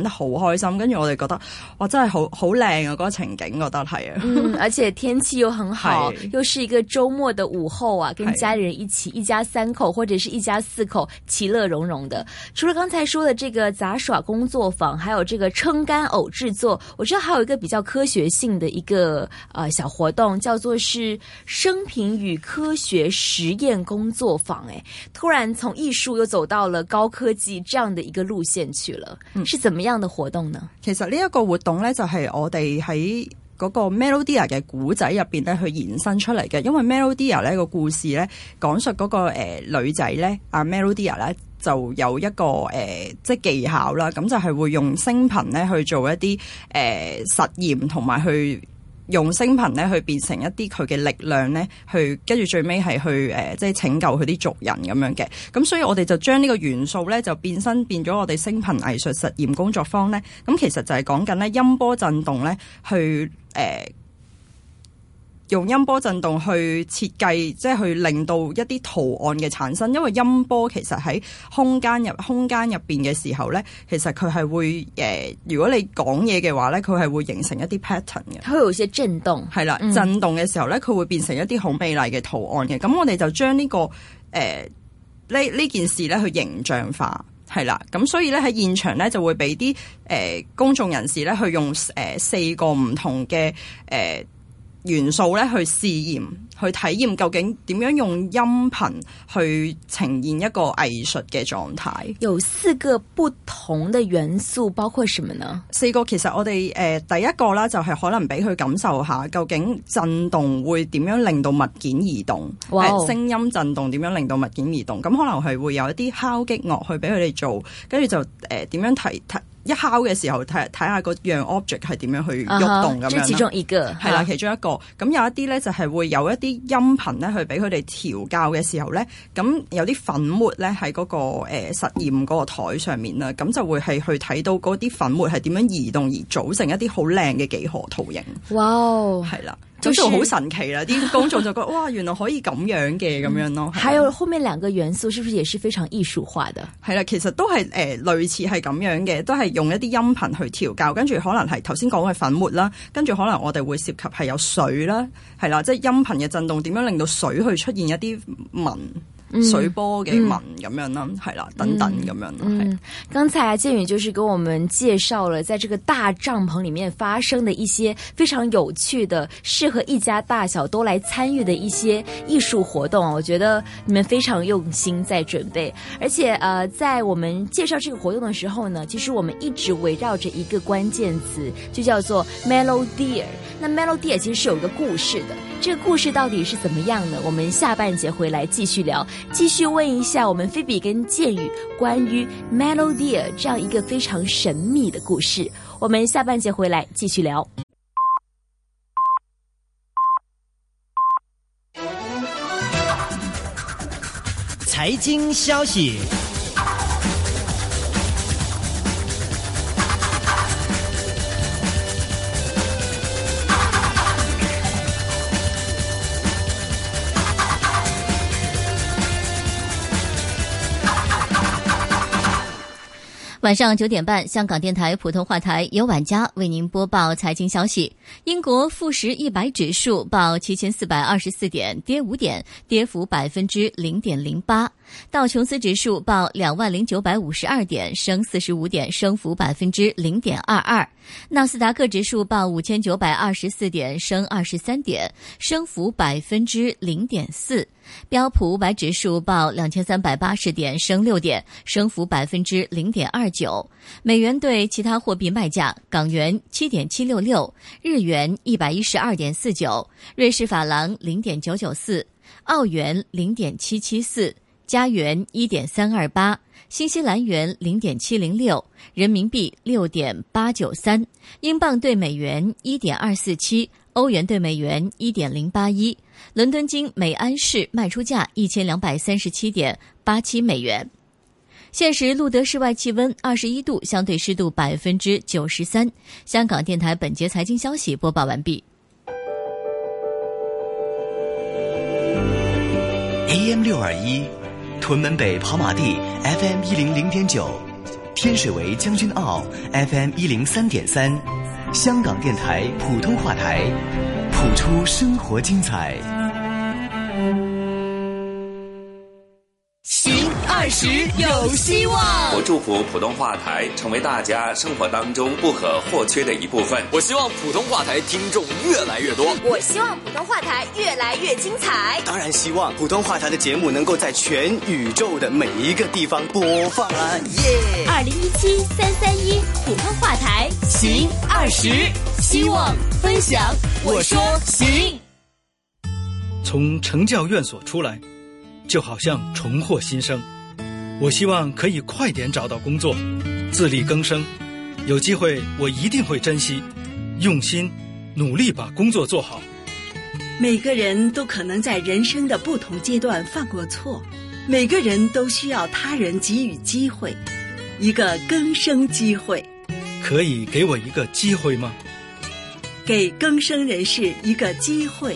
玩得好開心，跟住我哋覺得哇真係好好靚啊，嗰個情景覺得係啊， 嗯，而且天氣又很好，又是一個週末的午後啊，跟家人一起一家三口或者是一家四口其樂融融的。除了剛才說的這個雜耍工作坊，還有這個撐竿偶製作，我知道還有一個比較科學性的一個呃小活動，叫做是生平與科學實驗工作坊。誒，突然從藝術又走到了高科技這樣的一個路線去了，嗯，是怎麼樣的活動呢？ 其實呢一個活動呢，就係我哋喺嗰個 Melodia 嘅古仔入邊咧去延伸出嚟嘅，因為 Melodia 咧個故事咧講述嗰、那個誒、呃、女仔咧阿 Melodia 咧就有一個誒、呃、即係技巧啦，咁就係會用聲頻咧去做一啲誒、呃、實驗，同埋去用聲頻咧去變成一啲佢嘅力量咧，去跟住最尾係去誒、呃、即係拯救佢啲族人咁樣嘅。咁所以我哋就將呢個元素咧就變身變咗我哋聲頻藝術實驗工作坊咧。咁其實就係講緊咧音波震動咧去誒、呃、用音波震動去設計，即係去令到一啲圖案嘅產生。因為音波其實喺空間入空間入邊嘅時候咧，其實佢係會誒、呃，如果你講嘢嘅話咧，佢係會形成一啲 pattern 嘅， 佢會有一些震動， 係啦，嗯、震動嘅時候咧，佢會變成一啲好美麗嘅圖案嘅。咁我哋就將呢、這個誒呢呢件事咧去形象化。係啦，咁所以咧喺現場咧就會俾啲誒公眾人士咧去用誒、呃、四個唔同嘅誒、呃、元素咧去試驗，去體驗究竟點樣用音頻去呈現一個藝術嘅狀態。 有四個不同的元素，包括什麼呢？ 四個其實我哋誒、呃、第一個啦，就係可能俾佢感受下究竟震動會點樣令到物件移動，誒、wow. 聲音震動點樣令到物件移動。咁可能係會有一啲敲擊樂去俾佢哋做，跟住就誒點、呃、樣提提。一敲嘅時候睇睇下嗰樣 object 係點樣去喐動咁樣啦。 即係其中一個係啦，其中一個。咁有一啲咧就係會有一啲音頻咧去俾佢哋調校嘅時候咧，咁有啲粉末咧喺嗰個誒、呃、實驗嗰個台上面啦，咁就會係去睇到嗰啲粉末係點樣移動而組成一啲好靚嘅幾何圖形。 哇、wow, 係啦。咁就好神奇啦！啲公眾就覺得哇，原來可以咁樣嘅咁樣咯。 還有後面兩個元素，是不是也是非常藝術化的？ 係啦，其實都係誒、呃、類似係咁樣嘅，都係用一啲音頻去調校，跟住可能係頭先講嘅粉末啦，跟住可能我哋會涉及係有水啦，係啦，即係音頻嘅震動點樣令到水去出現一啲紋。水波嘅紋咁樣啦，係、嗯、啦，等等咁樣。 嗯，剛才啊，建宇就是給我們介紹了，在這個大帳篷裡面發生的一些非常有趣的、適合一家大小都來參與的一些藝術活動。我覺得你們非常用心在準備，而且呃，在我們介紹這個活動的時候呢，其實我們一直圍繞着一個關鍵詞，就叫做 Melodia。那 Melodia 其實是有一個故事的，這個故事到底是怎麼樣呢？我們下半節回來繼續聊。繼續問一下我們菲比跟建宇關於 Melodia 這樣一個非常神秘的故事，我們下半節回來繼續聊。 財經消息。 晚上九點半，香港電台普通話台由晚家為您播報財經消息。英國富時一百指數報七千四百二十四點，跌五點，跌幅百分之零點零八。道瓊斯指數報兩萬零九百五十二點，升四十五點，升幅百分之零點二二。納斯達克指數報五千九百二十四點，升二十三點，升幅百分之零點四。標普五百指數報兩千三百八十點，升六點，升幅百分之零點二九。美元對其他貨幣賣價：港元七點七六六，日元一百一十二點四九，瑞士法郎零點九九四，澳元零點七七四，加元一點三二八，新西蘭元零點七零六，人民幣六點八九三，英鎊對美元一點二四七，歐元對美元一點零八一。倫敦金每安士賣出價一千兩百三十七點八七美元。現時錄得室外氣溫二十一度，相對濕度百分之九十三。香港電台本節財經消息播報完畢。 A M 六二一，屯門北跑馬地 F M 一零零點九。 天水围将军澳 F M 一零三点三，香港电台普通话台，谱出生活精彩。 行二十有希望。 我祝福普通话台成为大家生活当中不可或缺的一部分。 我希望普通话台听众越来越多。 我希望普通话台越来越精彩。 当然希望普通话台的节目能够在全宇宙的每一个地方播放啊！耶！ 二零一七三三一普通话台行二十，希望分享。我说行。 从成教院所出来，就好像重获新生。我希望可以快点找到工作，自力更生。有机会我一定会珍惜，用心努力把工作做好。 每个人都可能在人生的不同阶段犯过错，每个人都需要他人给予机会，一个更生机会。 可以给我一个机会吗？ 给更生人士一个机会。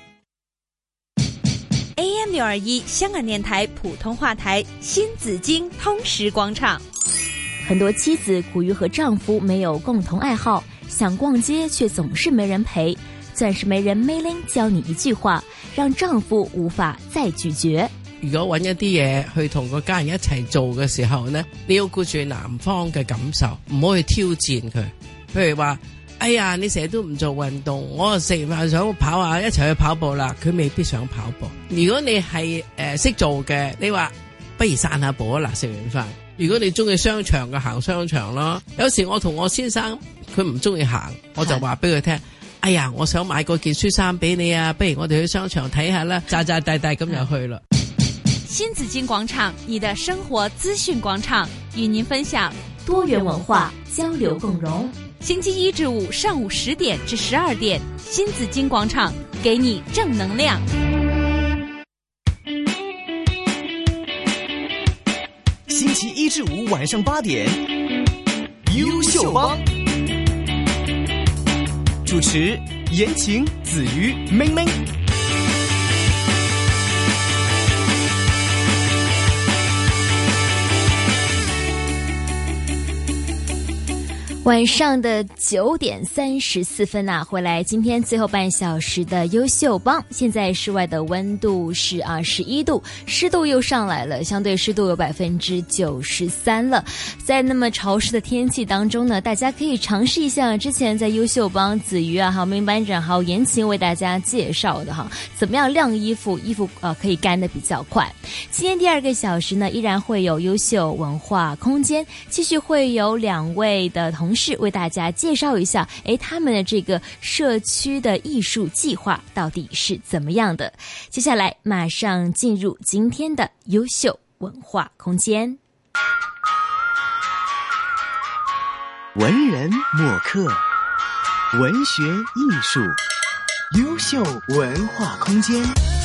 A M 六二一香港电台普通话台新紫荆通识广场。 很多妻子苦于和丈夫没有共同爱好，想逛街卻總是沒人陪。鑽石媒人 Mayling 教你一句話，讓丈夫無法再拒絕。 如果揾一啲嘢去同個家人一齊做嘅時候呢，你要顧住男方嘅感受，唔好去挑戰佢。譬如話，哎呀，你成日都唔做運動，我食完飯想跑下，一齊去跑步啦，佢未必想跑步。如果你係誒識做嘅，你話不如散下步啦，食完飯。如果你中意商場嘅，行商場咯。有時我同我先生佢唔中意行，我就話俾佢聽，哎呀，我想買嗰件恤衫俾你啊，不如我哋去商場睇下啦，扎扎大大咁就去啦。 新紫荊廣場，你的生活資訊廣場，與您分享多元文化交流共融。 星期一至五上午十點至十二點，新紫荊廣場給你正能量。 星期一至五晚上八點，優秀幫主持言情子瑜明明。 晚上的九點三十四分啊，回來今天最後半小時的優秀幫。現在室外的溫度是二十一度，濕度又上來了，相對濕度有百分之九十三了。在那麼潮濕的天氣當中呢，大家可以嘗試一下之前在優秀幫子瑜啊，還有明班長還有言情為大家介紹的哈，怎麼樣晾衣服，衣服呃可以乾得比較快。今天第二個小時呢，依然會有優秀文化空間，繼續會有兩位的同是為大家介紹一下，誒，他們的這個社區的藝術計劃到底是怎麼樣的？接下來馬上進入今天的優秀文化空間。 文人墨客，文學藝術，優秀文化空間。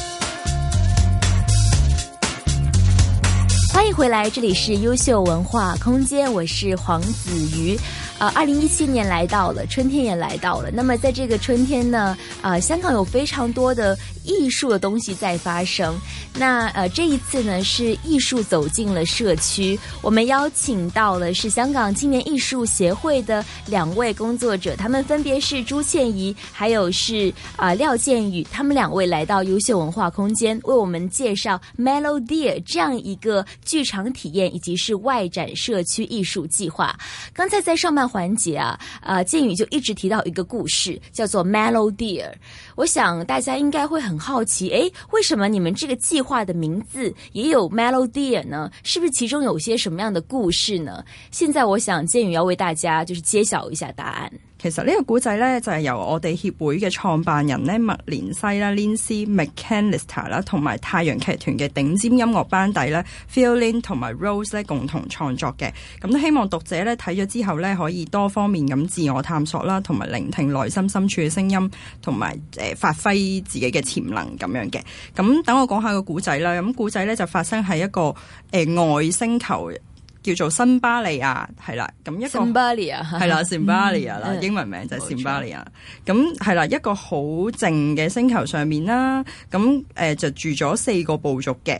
歡迎回來，這裡是優秀文化空間，我是黃子瑜。呃，二零一七年來到了，春天也來到了。那麼在這個春天呢，呃，香港有非常多的藝術的東西在發生。那呃，這一次呢是藝術走進了社區，我們邀請到了是香港青年藝術協會的兩位工作者，他們分別是朱倩怡，還有是啊、呃、廖建宇，他們兩位來到優秀文化空間，為我們介紹 Melody 這樣一個劇場體驗以及是外展社區藝術計劃。剛才在上半環節啊，呃，建宇就一直提到一個故事，叫做 Melody。我想大家應該會很好奇，誒，為什麼你們這個計劃的名字也有 Melody 呢？是不是其中有些什麼樣的故事呢？現在我想建宇要為大家就是揭曉一下答案。 其實呢個古仔咧就係由我哋協會嘅創辦人咧麥連西啦 Lindsay McAllister 啦，同埋太陽劇團嘅頂尖音樂班底咧 Phil 同埋 Rose 咧共同創作嘅。咁都希望讀者咧睇咗之後咧可以多方面咁自我探索啦，同埋聆聽內心深處嘅聲音，同埋誒發揮自己嘅潛能咁樣嘅。咁等我講下個古仔啦。咁古仔咧就發生喺一個誒、呃、外星球。叫做辛巴利亞係啦，咁一個辛巴利亞係啦，辛巴利亞啦，英文名就係辛巴利亞。咁係啦，一個好靜嘅星球上面啦，咁誒、呃、就住咗四個部族嘅。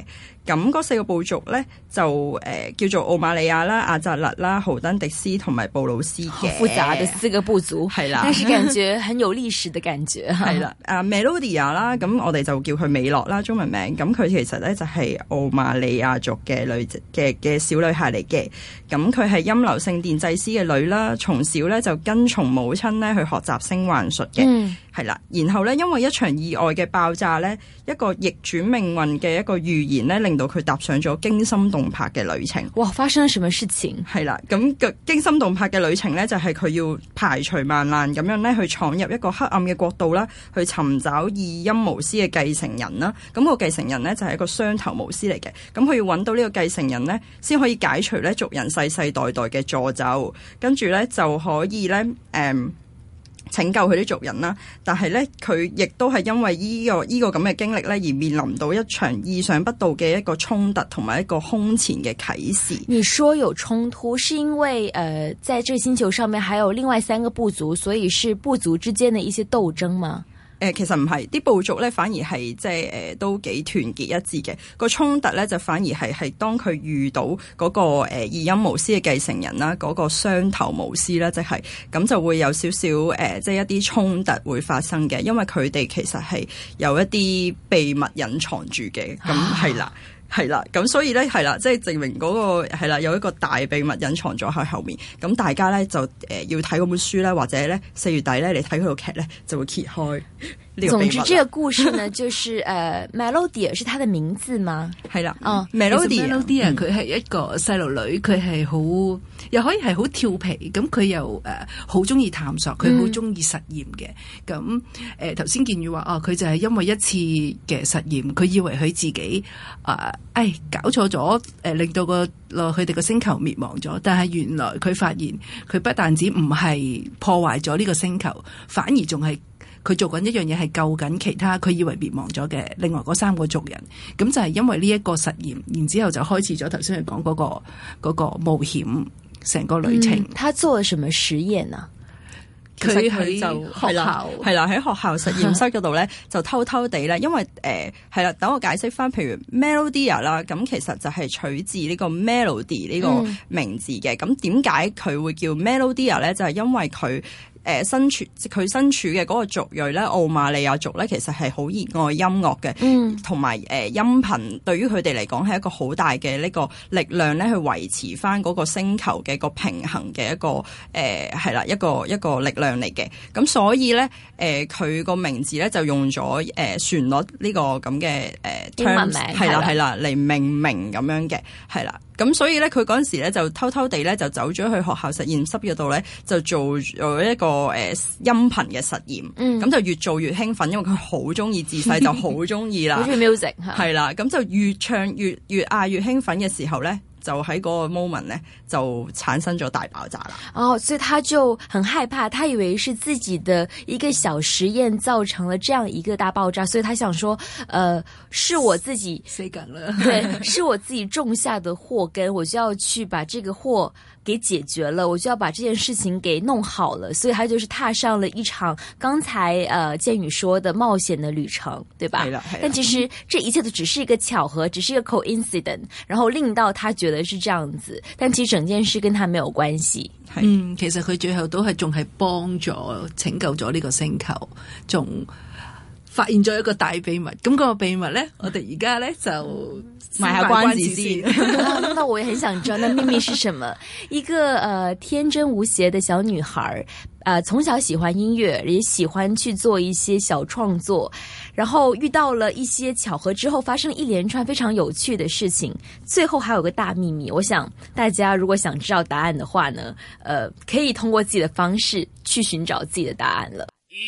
咁嗰四個部族咧就誒、呃、叫做奧馬利亞啦、阿扎勒啦、豪登迪斯同埋布魯斯嘅。 好複雜嘅四個部族， 係啦， 但是感覺很有歷史的感覺。 係啦，啊 Melodia 啦，咁我哋就叫佢美樂啦，中文名。咁佢其實咧就係奧馬利亞族嘅女嘅嘅小女孩嚟嘅。咁佢係陰流聖殿祭司嘅女啦，從小咧就跟從母親咧去學習星幻術嘅。嗯係啦，然後咧，因為一場意外嘅爆炸咧，一個逆轉命運嘅一個預言咧，令到佢踏上咗驚心動魄嘅旅程。 哇！發生咗什麼事情？ 係啦，咁個驚心動魄嘅旅程咧，就係佢要排除萬難咁樣咧，去闖入一個黑暗嘅國度啦，去尋找二陰巫師嘅繼承人啦。咁、那個繼承人咧就係一個雙頭巫師嚟嘅。咁佢要揾到呢個繼承人咧，先可以解除咧族人世世代代嘅詛咒，跟住咧就可以咧誒。嗯拯救佢啲族人啦，但係咧佢亦都係因為呢、這個呢、這個咁嘅經歷咧，而面臨到一場意想不到嘅一個衝突同埋一個空前嘅啟示。 你說有衝突，是因為呃，在這個星球上面還有另外三個部族，所以是部族之間的一些鬥爭嗎？ 誒、呃，其實唔係，啲部族咧反而係即係誒都幾團結一致嘅。個衝突咧就反而係係當佢遇到嗰、那個誒、呃、二陰巫師嘅繼承人啦，嗰、那個雙頭巫師啦，即係咁就會有少少誒，即係一啲衝突會發生嘅，因為佢哋其實係有一啲秘密隱藏住嘅，咁係啦。係啦，咁所以咧係啦，即係證明嗰、那個係啦，有一個大秘密隱藏咗喺後面。咁大家咧就誒、呃、要睇嗰本書咧，或者咧四月底咧你睇嗰套劇咧，就會揭開呢個秘密。 總之，這個故事呢，就是誒、呃、Melodia 是他的名字嗎？ 係啦， 哦 Melodia，Melodia 佢係一個細路女，佢係好又可以係好調皮，咁佢又誒好中意探索，佢好中意實驗嘅。咁誒頭先建宇話哦，佢就係因為一次嘅實驗，佢以為佢自己啊。呃哎，搞錯咗，誒，令到個佢哋個星球滅亡咗。但係原來佢發現，佢不但止唔係破壞咗呢個星球，反而仲係佢做緊一樣嘢，係救緊其他佢以為滅亡咗嘅另外嗰三個族人。咁就係因為呢一個實驗，然之後就開始咗頭先你講嗰個嗰個冒險成個旅程。 嗯，他做了什麼實驗啊？ 佢喺學校係啦，喺學校實驗室嗰度咧，就偷偷地咧，因為誒係啦，等我解釋翻，譬如 Melodia 啦，咁其實就係取自呢個 melody 呢個名字嘅。咁點解佢會叫 Melodia 咧？就係、是、因為佢。誒身處佢身處嘅嗰個族裔咧，奧馬利亞族咧，其實係好熱愛音樂嘅，嗯，同埋誒音頻對於佢哋嚟講係一個好大嘅呢個力量咧，去維持翻嗰個星球嘅個平衡嘅一個誒係啦，一個一個力量嚟嘅。咁所以咧，誒佢個名字咧就用咗誒、呃、旋律呢個咁嘅誒英文名係啦係啦嚟命名咁樣嘅，係啦。咁所以咧，佢嗰陣時咧就偷偷地咧就走咗去學校實驗室嗰度咧，就做咗一個誒、呃、音頻嘅實驗。嗯，咁就越做越興奮，因為佢好中意，自細就好中意啦。 好中意 music 係啦，咁就越唱越越嗌越興奮嘅時候咧，就喺嗰個 moment 咧就產生咗大爆炸啦。 哦，所以他就很害怕，他以為是自己的一個小實驗造成了這樣一個大爆炸，所以他想說，呃，是我自己誰敢了？ 對，是我自己種下的禍根，我就要去把這個禍給解決了，我就要把這件事情給弄好了，所以他就是踏上了一場剛才呃建宇說的冒險的旅程，對吧？係啦，係啦。但其實這一切都只是一個巧合，只是一個 coincidence，然後令到他覺得是這樣子，但其實整件事跟他沒有關係。 嗯，其實佢最後都係仲係幫咗拯救咗呢個星球，仲發現咗一個大秘密。咁、嗰個秘密咧，我哋而家咧就賣下關子先。 那我也很想知道，那秘密是什麼？一個呃天真無邪的小女孩，呃從小喜歡音樂，也喜歡去做一些小創作，然後遇到了一些巧合之後，發生了一連串非常有趣的事情。最後還有個大秘密，我想大家如果想知道答案的話呢，呃可以通過自己的方式去尋找自己的答案了。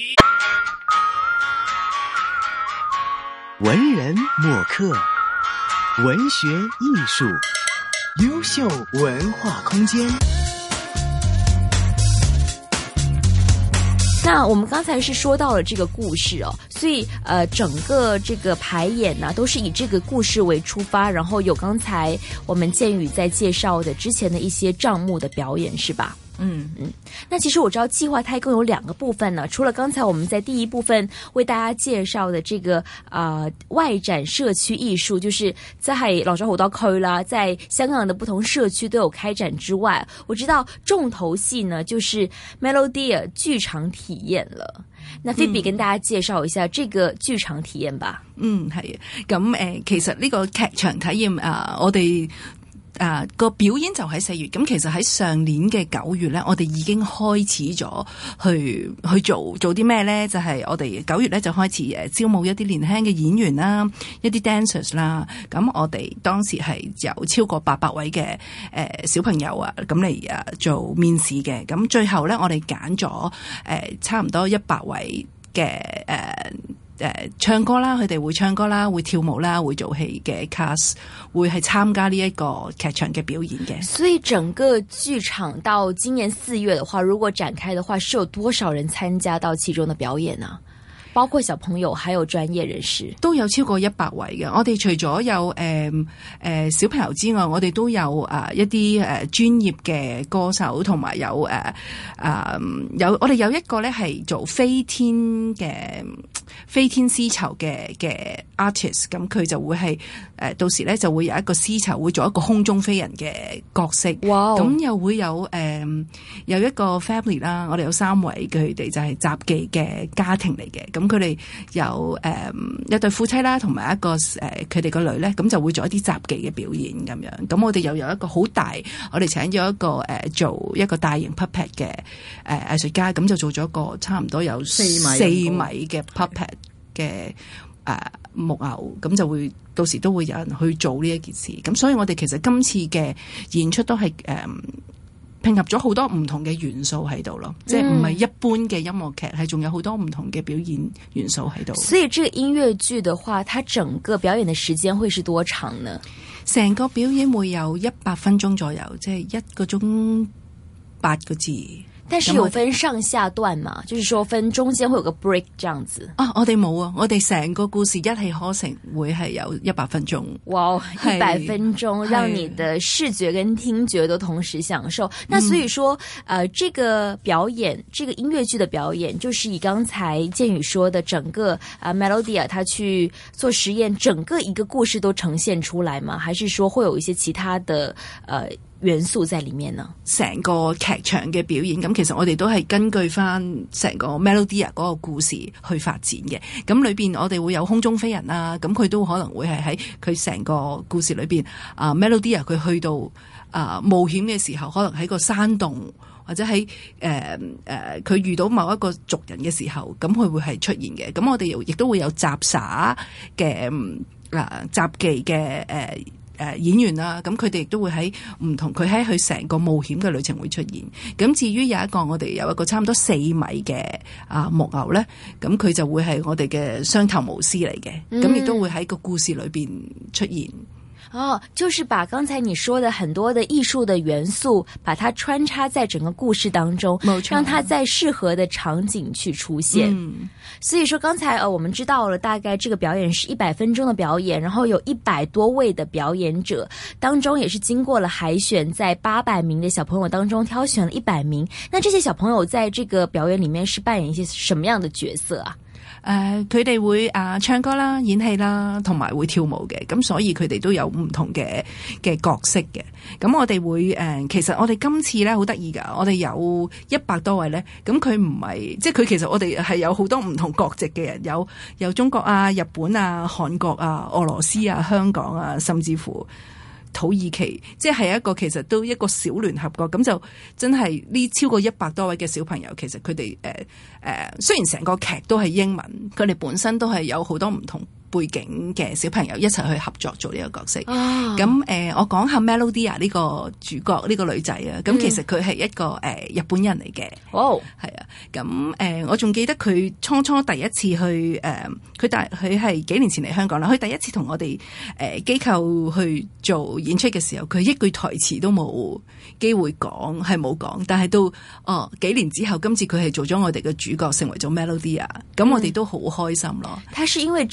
文人墨客，文學藝術，優秀文化空間。 那我們剛才是說到了這個故事哦，所以呃，整個這個排演呢，都是以這個故事為出發，然後有剛才我們建宇在介紹的之前的一些賬目的表演，是吧？ 嗯嗯。那其实我知道计劃它一共有兩個部分呢，除了剛才我們在第一部分為大家介紹的這個啊、呃、外展社區藝術，就是在落咗好多區啦，在香港的不同社區都有開展之外，我知道重頭戲呢就是 Melodia 劇場體驗了。那 Phoebe、嗯、跟大家介紹一下這個劇場體驗吧。 嗯，係咁誒，其實呢個劇場體驗啊、呃，我哋。啊，個表演就喺四月，咁其實喺上年嘅九月咧，我哋已經開始咗去去做做啲咩咧？就係、是、我哋九月咧就開始誒招募一啲年輕嘅演員啦，一啲 dancers 啦。咁我哋當時係有超過八百位嘅誒、呃、小朋友啊，咁嚟啊做面試嘅。咁最後咧，我哋揀咗誒差唔多一百位嘅誒。呃誒、呃，唱歌啦，佢哋會唱歌啦，會跳舞啦，會做戲嘅 cast 會係參加呢一個劇場嘅表演嘅。 所以整個劇場到今年四月的話，如果展開的話，是有多少人參加到其中的表演呢？包括小朋友，還有專業人士， 都有超過一百位嘅。我哋除咗有誒誒、呃呃、小朋友之外，我哋都有啊、呃、一啲誒、呃、專業嘅歌手，同埋有誒啊、呃、有我哋有一個咧係做飛天嘅飛天絲綢嘅嘅 artist， 咁佢就會係誒、呃、到時咧就會有一個絲綢會做一個空中飛人嘅角色。哇！咁又會有誒、呃、有一個 family 啦，我哋有三位佢哋就係雜技嘅家庭嚟嘅。咁佢哋有誒、呃、一對夫妻啦，同埋一個誒佢哋個女咧，咁就會做一啲雜技嘅表演咁樣。咁我哋又有一個好大，我哋請咗一個誒、呃、做一個大型 puppet 嘅誒、呃、藝術家，咁就做咗一個差唔多有四米四米嘅 puppet 嘅誒、呃、木偶，咁就會到時都會有人去做呢一件事。咁所以我哋其實今次嘅演出都係誒。呃拼合咗好多唔同嘅元素喺度咯，嗯、即係唔係一般嘅音樂劇，係仲有好多唔同嘅表演元素喺度。 所以這個音樂劇的話，它整個表演的時間會是多長呢？ 成個表演會有一百分鐘左右，即係一個鐘八個字。 但是有分上下段嘛，就是說分中間會有個 break 這樣子。 啊，我哋冇啊，我哋成個故事一氣呵成，會係有一百分鐘。 哇，一百分鐘，讓你的視覺跟聽覺都同時享受。那所以說，呃，這個表演，這個音樂劇的表演，就是以剛才建宇說的整個啊、呃、Melodia 他去做實驗，整個一個故事都呈現出來嗎？還是說會有一些其他的，呃？元素在裏面呢？ 成個劇場嘅表演，咁其實我哋都係根據翻成個 Melodia 嗰個故事去發展嘅。咁裏邊我哋會有空中飛人啦，咁佢都可能會係喺佢成個故事裏邊啊 Melodia 佢去到啊、呃、冒險嘅時候，可能喺個山洞或者喺誒誒佢遇到某一個族人嘅時候，咁佢會係出現嘅。咁我哋亦都會有雜耍嘅啊雜技嘅誒。呃誒演員啦，咁佢哋亦都會喺唔同，佢喺佢成個冒險嘅旅程會出現。咁至於有一個我哋有一個差唔多四米嘅啊木偶咧，咁佢就會係我哋嘅雙頭巫師嚟嘅，咁亦、嗯、都會喺個故事裏邊出現。 哦，就是把剛才你說的很多的藝術的元素，把它穿插在整個故事當中，讓它在適合的場景去出現。嗯、所以說剛才呃，我們知道了大概這個表演是一百分鐘的表演，然後有一百多位的表演者，當中也是經過了海選，在八百名的小朋友當中挑選了一百名。那這些小朋友在這個表演裏面是扮演一些什麼樣的角色啊？ 誒、呃，佢哋會啊唱歌啦、演戲啦，同埋會跳舞嘅，咁所以佢哋都有唔同嘅嘅角色嘅。咁我哋會誒、呃，其實我哋今次咧好得意噶，我哋有一百多位咧，咁佢唔係，即係佢其實我哋係有好多唔同國籍嘅人，有有中國啊、日本啊、韓國啊、俄羅斯啊、香港啊，甚至乎土耳其，即係一個其實都一個小聯合國，咁就真係呢超過一百多位嘅小朋友，其實佢哋誒誒，雖然成個劇都係英文，佢哋本身都係有好多唔同背景嘅小朋友一齊去合作做呢個角色。咁誒、哦呃，我講下 Melodia 呢個主角呢、呢個女仔啊，咁、嗯、其實佢係一個誒、呃、日本人嚟嘅。哦，係啊，咁誒、呃，我仲記得佢初初第一次去誒，佢、呃、大佢係幾年前嚟香港啦，佢第一次同我哋誒機構去做演出嘅時候，佢一句台詞都冇機會講，係冇講，但係到哦幾年之後，今次佢係做咗我哋嘅主角，成為咗 Melodia，咁我哋都好開心咯。 他是因為之前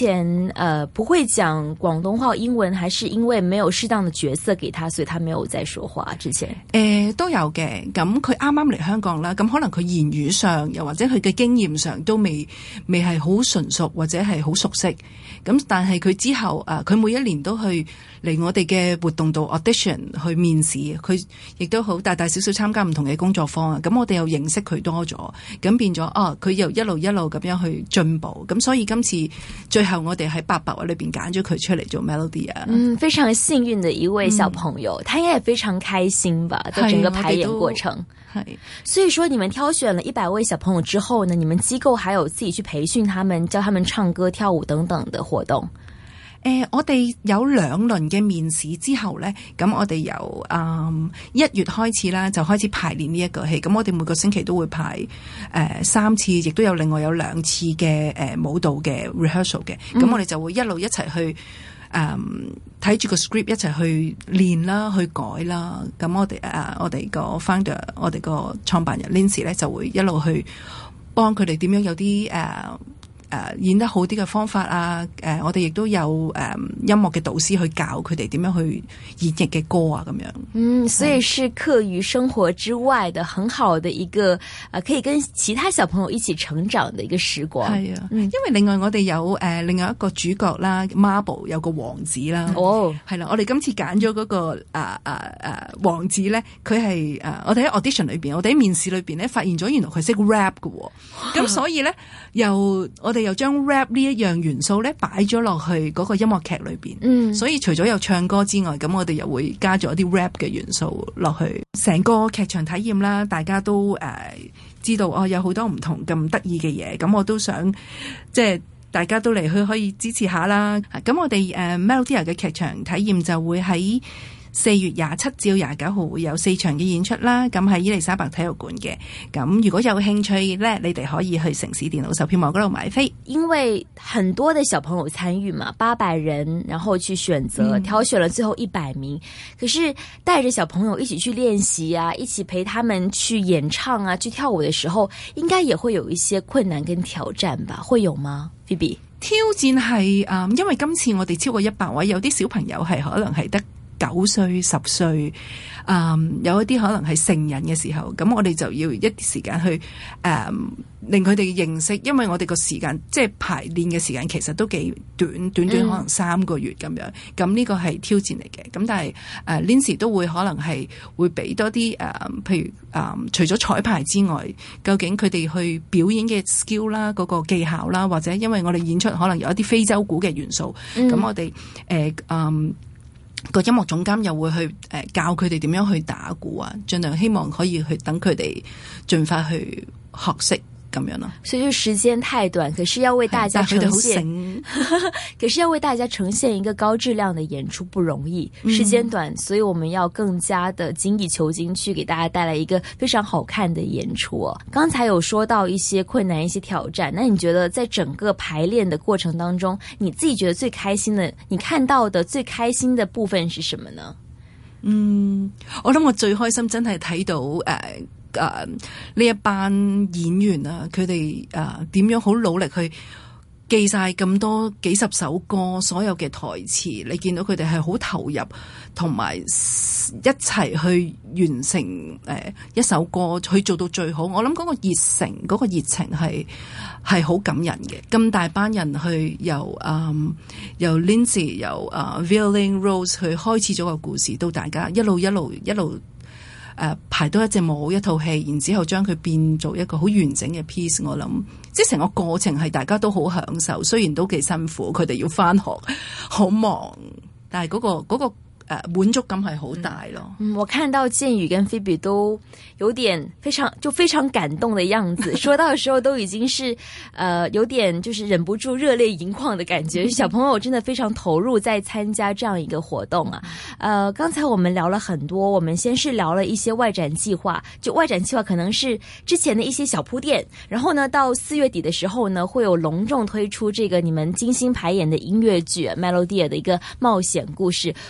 前呃不會講廣東話、英文，還是因為沒有適當的角色給他，所以他沒有在說話之前？ 誒、呃、都有嘅，咁佢啱啱嚟香港啦，咁可能佢言語上又或者佢嘅經驗上都未未係好純熟或者係好熟悉，咁但係佢之後誒佢、呃、每一年都去嚟我哋嘅活動度 audition 去面試，佢亦都好大大小小參加唔同嘅工作坊啊，咁我哋又認識佢多咗，咁變咗啊佢又一路一路咁樣去進步，咁所以今次最後我哋喺八百位裏邊揀咗佢出嚟做 Melody 啊。 嗯，非常幸運的一位小朋友，嗯、他應該也非常開心吧，在整個排演過程。 係， 所以說你們挑選了一百位小朋友之後呢，你們機構還有自己去培訓他們，教他們唱歌、跳舞等等的活動。 誒、呃，我哋有兩輪嘅面試之後咧，咁我哋由誒一月開始啦，就開始排練呢一個戲。咁我哋每個星期都會排誒、呃、三次，亦都有另外有兩次嘅誒、呃、舞蹈嘅 rehearsal 嘅。咁、嗯、我哋就會一路一齊去誒睇住個 script 一齊去練啦，去改啦。咁我哋誒、呃、我哋個 founder， 我哋個創辦人 Lindsay 咧就會一路去幫佢哋點樣有啲誒。呃誒、呃、演得好啲嘅方法啊！誒、呃、我哋亦都有誒、呃、音樂嘅導師去教佢哋點樣去演繹嘅歌啊咁樣。 嗯，所以是課餘生活之外的很好的一個誒、呃，可以跟其他小朋友一起成長的一個時光。 係啊，嗯，因為另外我哋有誒、呃、另外一個主角啦 ，Marble 有個王子啦。 哦，係啦，我哋今次揀咗嗰個誒誒誒王子咧，佢係誒我哋喺 audition 裏邊，我哋喺面試裏邊咧發現咗原來佢識 rap 嘅喎，咁所以咧又我哋。又將 rap 呢一樣元素咧擺咗落去嗰個音樂劇裏邊，嗯，所以除咗有唱歌之外，咁我哋又會加咗啲 rap 嘅元素落去，成個劇場體驗啦，大家都誒、呃、知道哦，有好多唔同咁得意嘅嘢，咁我都想即係大家都嚟去可以支持下啦。咁我哋誒、呃、Melody 嘅劇場體驗就會喺四月廿七至廿九號會有四場嘅演出啦，咁喺伊利沙伯體育館嘅。咁如果有興趣咧，你哋可以去城市電腦售票網嗰度買飛。 因為很多的小朋友參與嘛，八百人，然後去選擇、嗯、挑選了最後一百名。可是帶着小朋友一起去練習啊，一起陪他們去演唱啊，去跳舞的時候，應該也會有一些困難跟挑戰吧？會有嗎 Phoebe？ 挑戰係誒、嗯，因為今次我哋超過一百位，有啲小朋友係可能係得九歲、十歲，嗯，有一啲可能係成人嘅時候，咁我哋就要一啲時間去誒、嗯、令佢哋認識，因為我哋個時間即係排練嘅時間其實都幾短，短短可能三個月咁樣，咁、嗯、呢個係挑戰嚟嘅。咁但係誒、呃、Lindsay 都會可能係會俾多啲誒、呃，譬如誒、呃、除咗彩排之外，究竟佢哋去表演嘅 skill 啦，嗰個技巧啦，或者因為我哋演出可能有一啲非洲鼓嘅元素，咁、嗯、我哋誒嗯。個音樂總監又會去誒、呃、教佢哋點樣去打鼓啊，盡量希望可以去等佢哋盡快去學識咁樣咯。 所以就時間太短，可是要為大家呈現，可是要為大家呈現一個高質量的演出不容易。嗯、時間短，所以我們要更加的精益求精，去給大家帶來一個非常好看的演出哦。剛才有說到一些困難、一些挑戰，那你覺得在整個排練的過程當中，你自己覺得最開心的，你看到的最開心的部分是什麼呢？ 嗯，我諗我最開心真係睇到誒。呃誒、uh, 呢一班演員啊，佢哋誒點樣好努力去記晒咁多幾十首歌，所有嘅台詞，你見到佢哋係好投入，同埋一齊去完成誒、呃、一首歌，去做到最好。我諗嗰個熱誠，嗰、嗰個熱情係係好感人嘅。咁大班人去由誒、嗯、由 Lindsay 由誒、uh, Violin Rose 去開始咗個故事，到大家一路一路一路。誒、呃、排多一隻舞一套戲，然之後將佢變做一個好完整嘅 piece。我諗即係成個過程係大家都好享受，雖然都幾辛苦，佢哋要返學好忙，但係嗰個嗰個。嗰個誒、呃，滿足感係好大咯。 嗯，我看到建宇跟 Phoebe 都有點非常就非常感動的樣子，說到的時候都已經是，呃，有點就是忍不住熱淚盈眶的感覺。小朋友真的非常投入在參加這樣一個活動啊。呃，剛才我們聊了很多，我們先是聊了一些外展計劃，就外展計劃可能是之前的一些小鋪墊，然後呢，到四月底的時候呢，會有隆重推出這個你們精心排演的音樂劇《Melody》的一個冒險故事。我想很多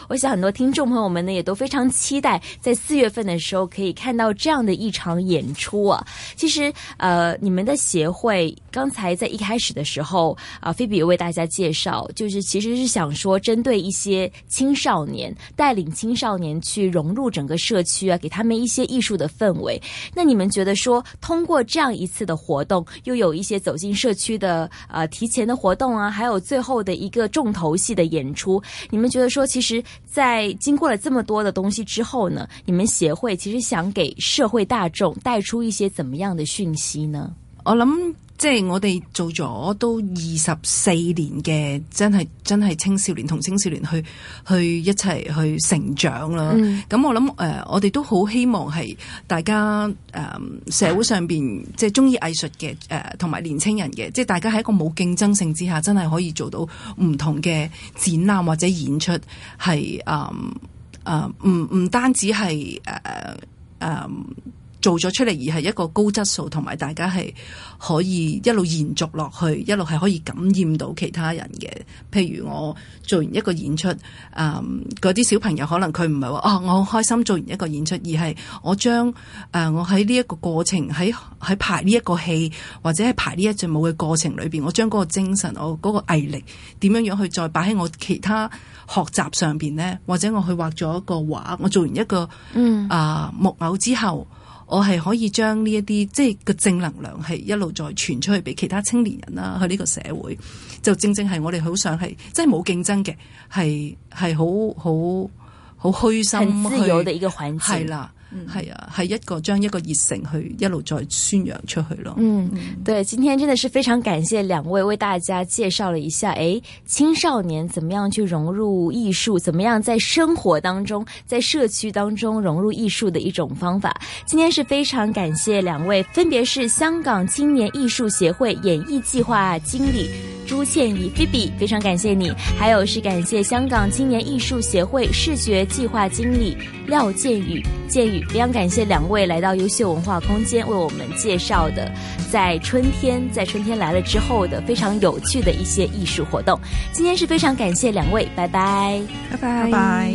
和听众朋友们呢也都非常期待在四月份的时候可以看到这样的一场演出啊。其实呃你们的协会刚才在一开始的时候啊，菲比也为大家介绍，就是其实是想说针对一些青少年，带领青少年去融入整个社区啊，给他们一些艺术的氛围。那你们觉得说通过这样一次的活动，又有一些走进社区的呃提前的活动啊，还有最后的一个重头戏的演出，你们觉得说其实在经过了这么多的东西之后呢，你们协会其实想给社会大众带出一些怎么样的讯息呢？ 我諗即係我哋做咗都二十四年嘅，真係真係青少年同青少年去去一齊去成長啦。咁、嗯、我諗誒、呃，我哋都好希望係大家誒、呃、社會上邊即係中意藝術嘅誒同埋年青人嘅，即係大家喺一個冇競爭性之下，真係可以做到唔同嘅展覽或者演出，係誒誒唔唔單止係誒誒。呃呃做咗出嚟而係一個高質素，同埋大家係可以一路延續落去，一路係可以感染到其他人嘅。譬如我做完一個演出，誒嗰啲小朋友可能佢唔係話啊我好開心做完一個演出，而係我將誒、呃、我喺呢一個過程喺喺排呢一個戲或者係排呢一隻舞嘅過程裏邊，我將嗰個精神，我嗰個毅力點樣樣去再擺喺我其他學習上邊呢？或者我去畫咗一個畫，我做完一個嗯啊、呃、木偶之後。我係可以將呢一啲即係個正能量係一路再傳出去俾其他青年人啦，去呢個社會，就正正係我哋好想係即係冇競爭嘅，係係好好好虛心很自由的一個環境， 係啦。係啊，係一個將一個熱誠去一路再宣揚出去咯。 嗯，對，今天真的是非常感謝兩位為大家介紹了一下，誒，青少年怎麼樣去融入藝術，怎麼樣在生活當中，在社區當中融入藝術的一種方法。今天是非常感謝兩位，分別是香港青年藝術協會演藝計劃經理朱倩儀 Phoebe， 非常感謝你，還有是感謝香港青年藝術協會視覺計劃經理廖建宇，建宇。非常感謝兩位來到優秀文化空間為我們介紹的在春天在春天來了之後的非常有趣的一些藝術活動。今天是非常感謝兩位，拜拜， 拜拜，拜拜。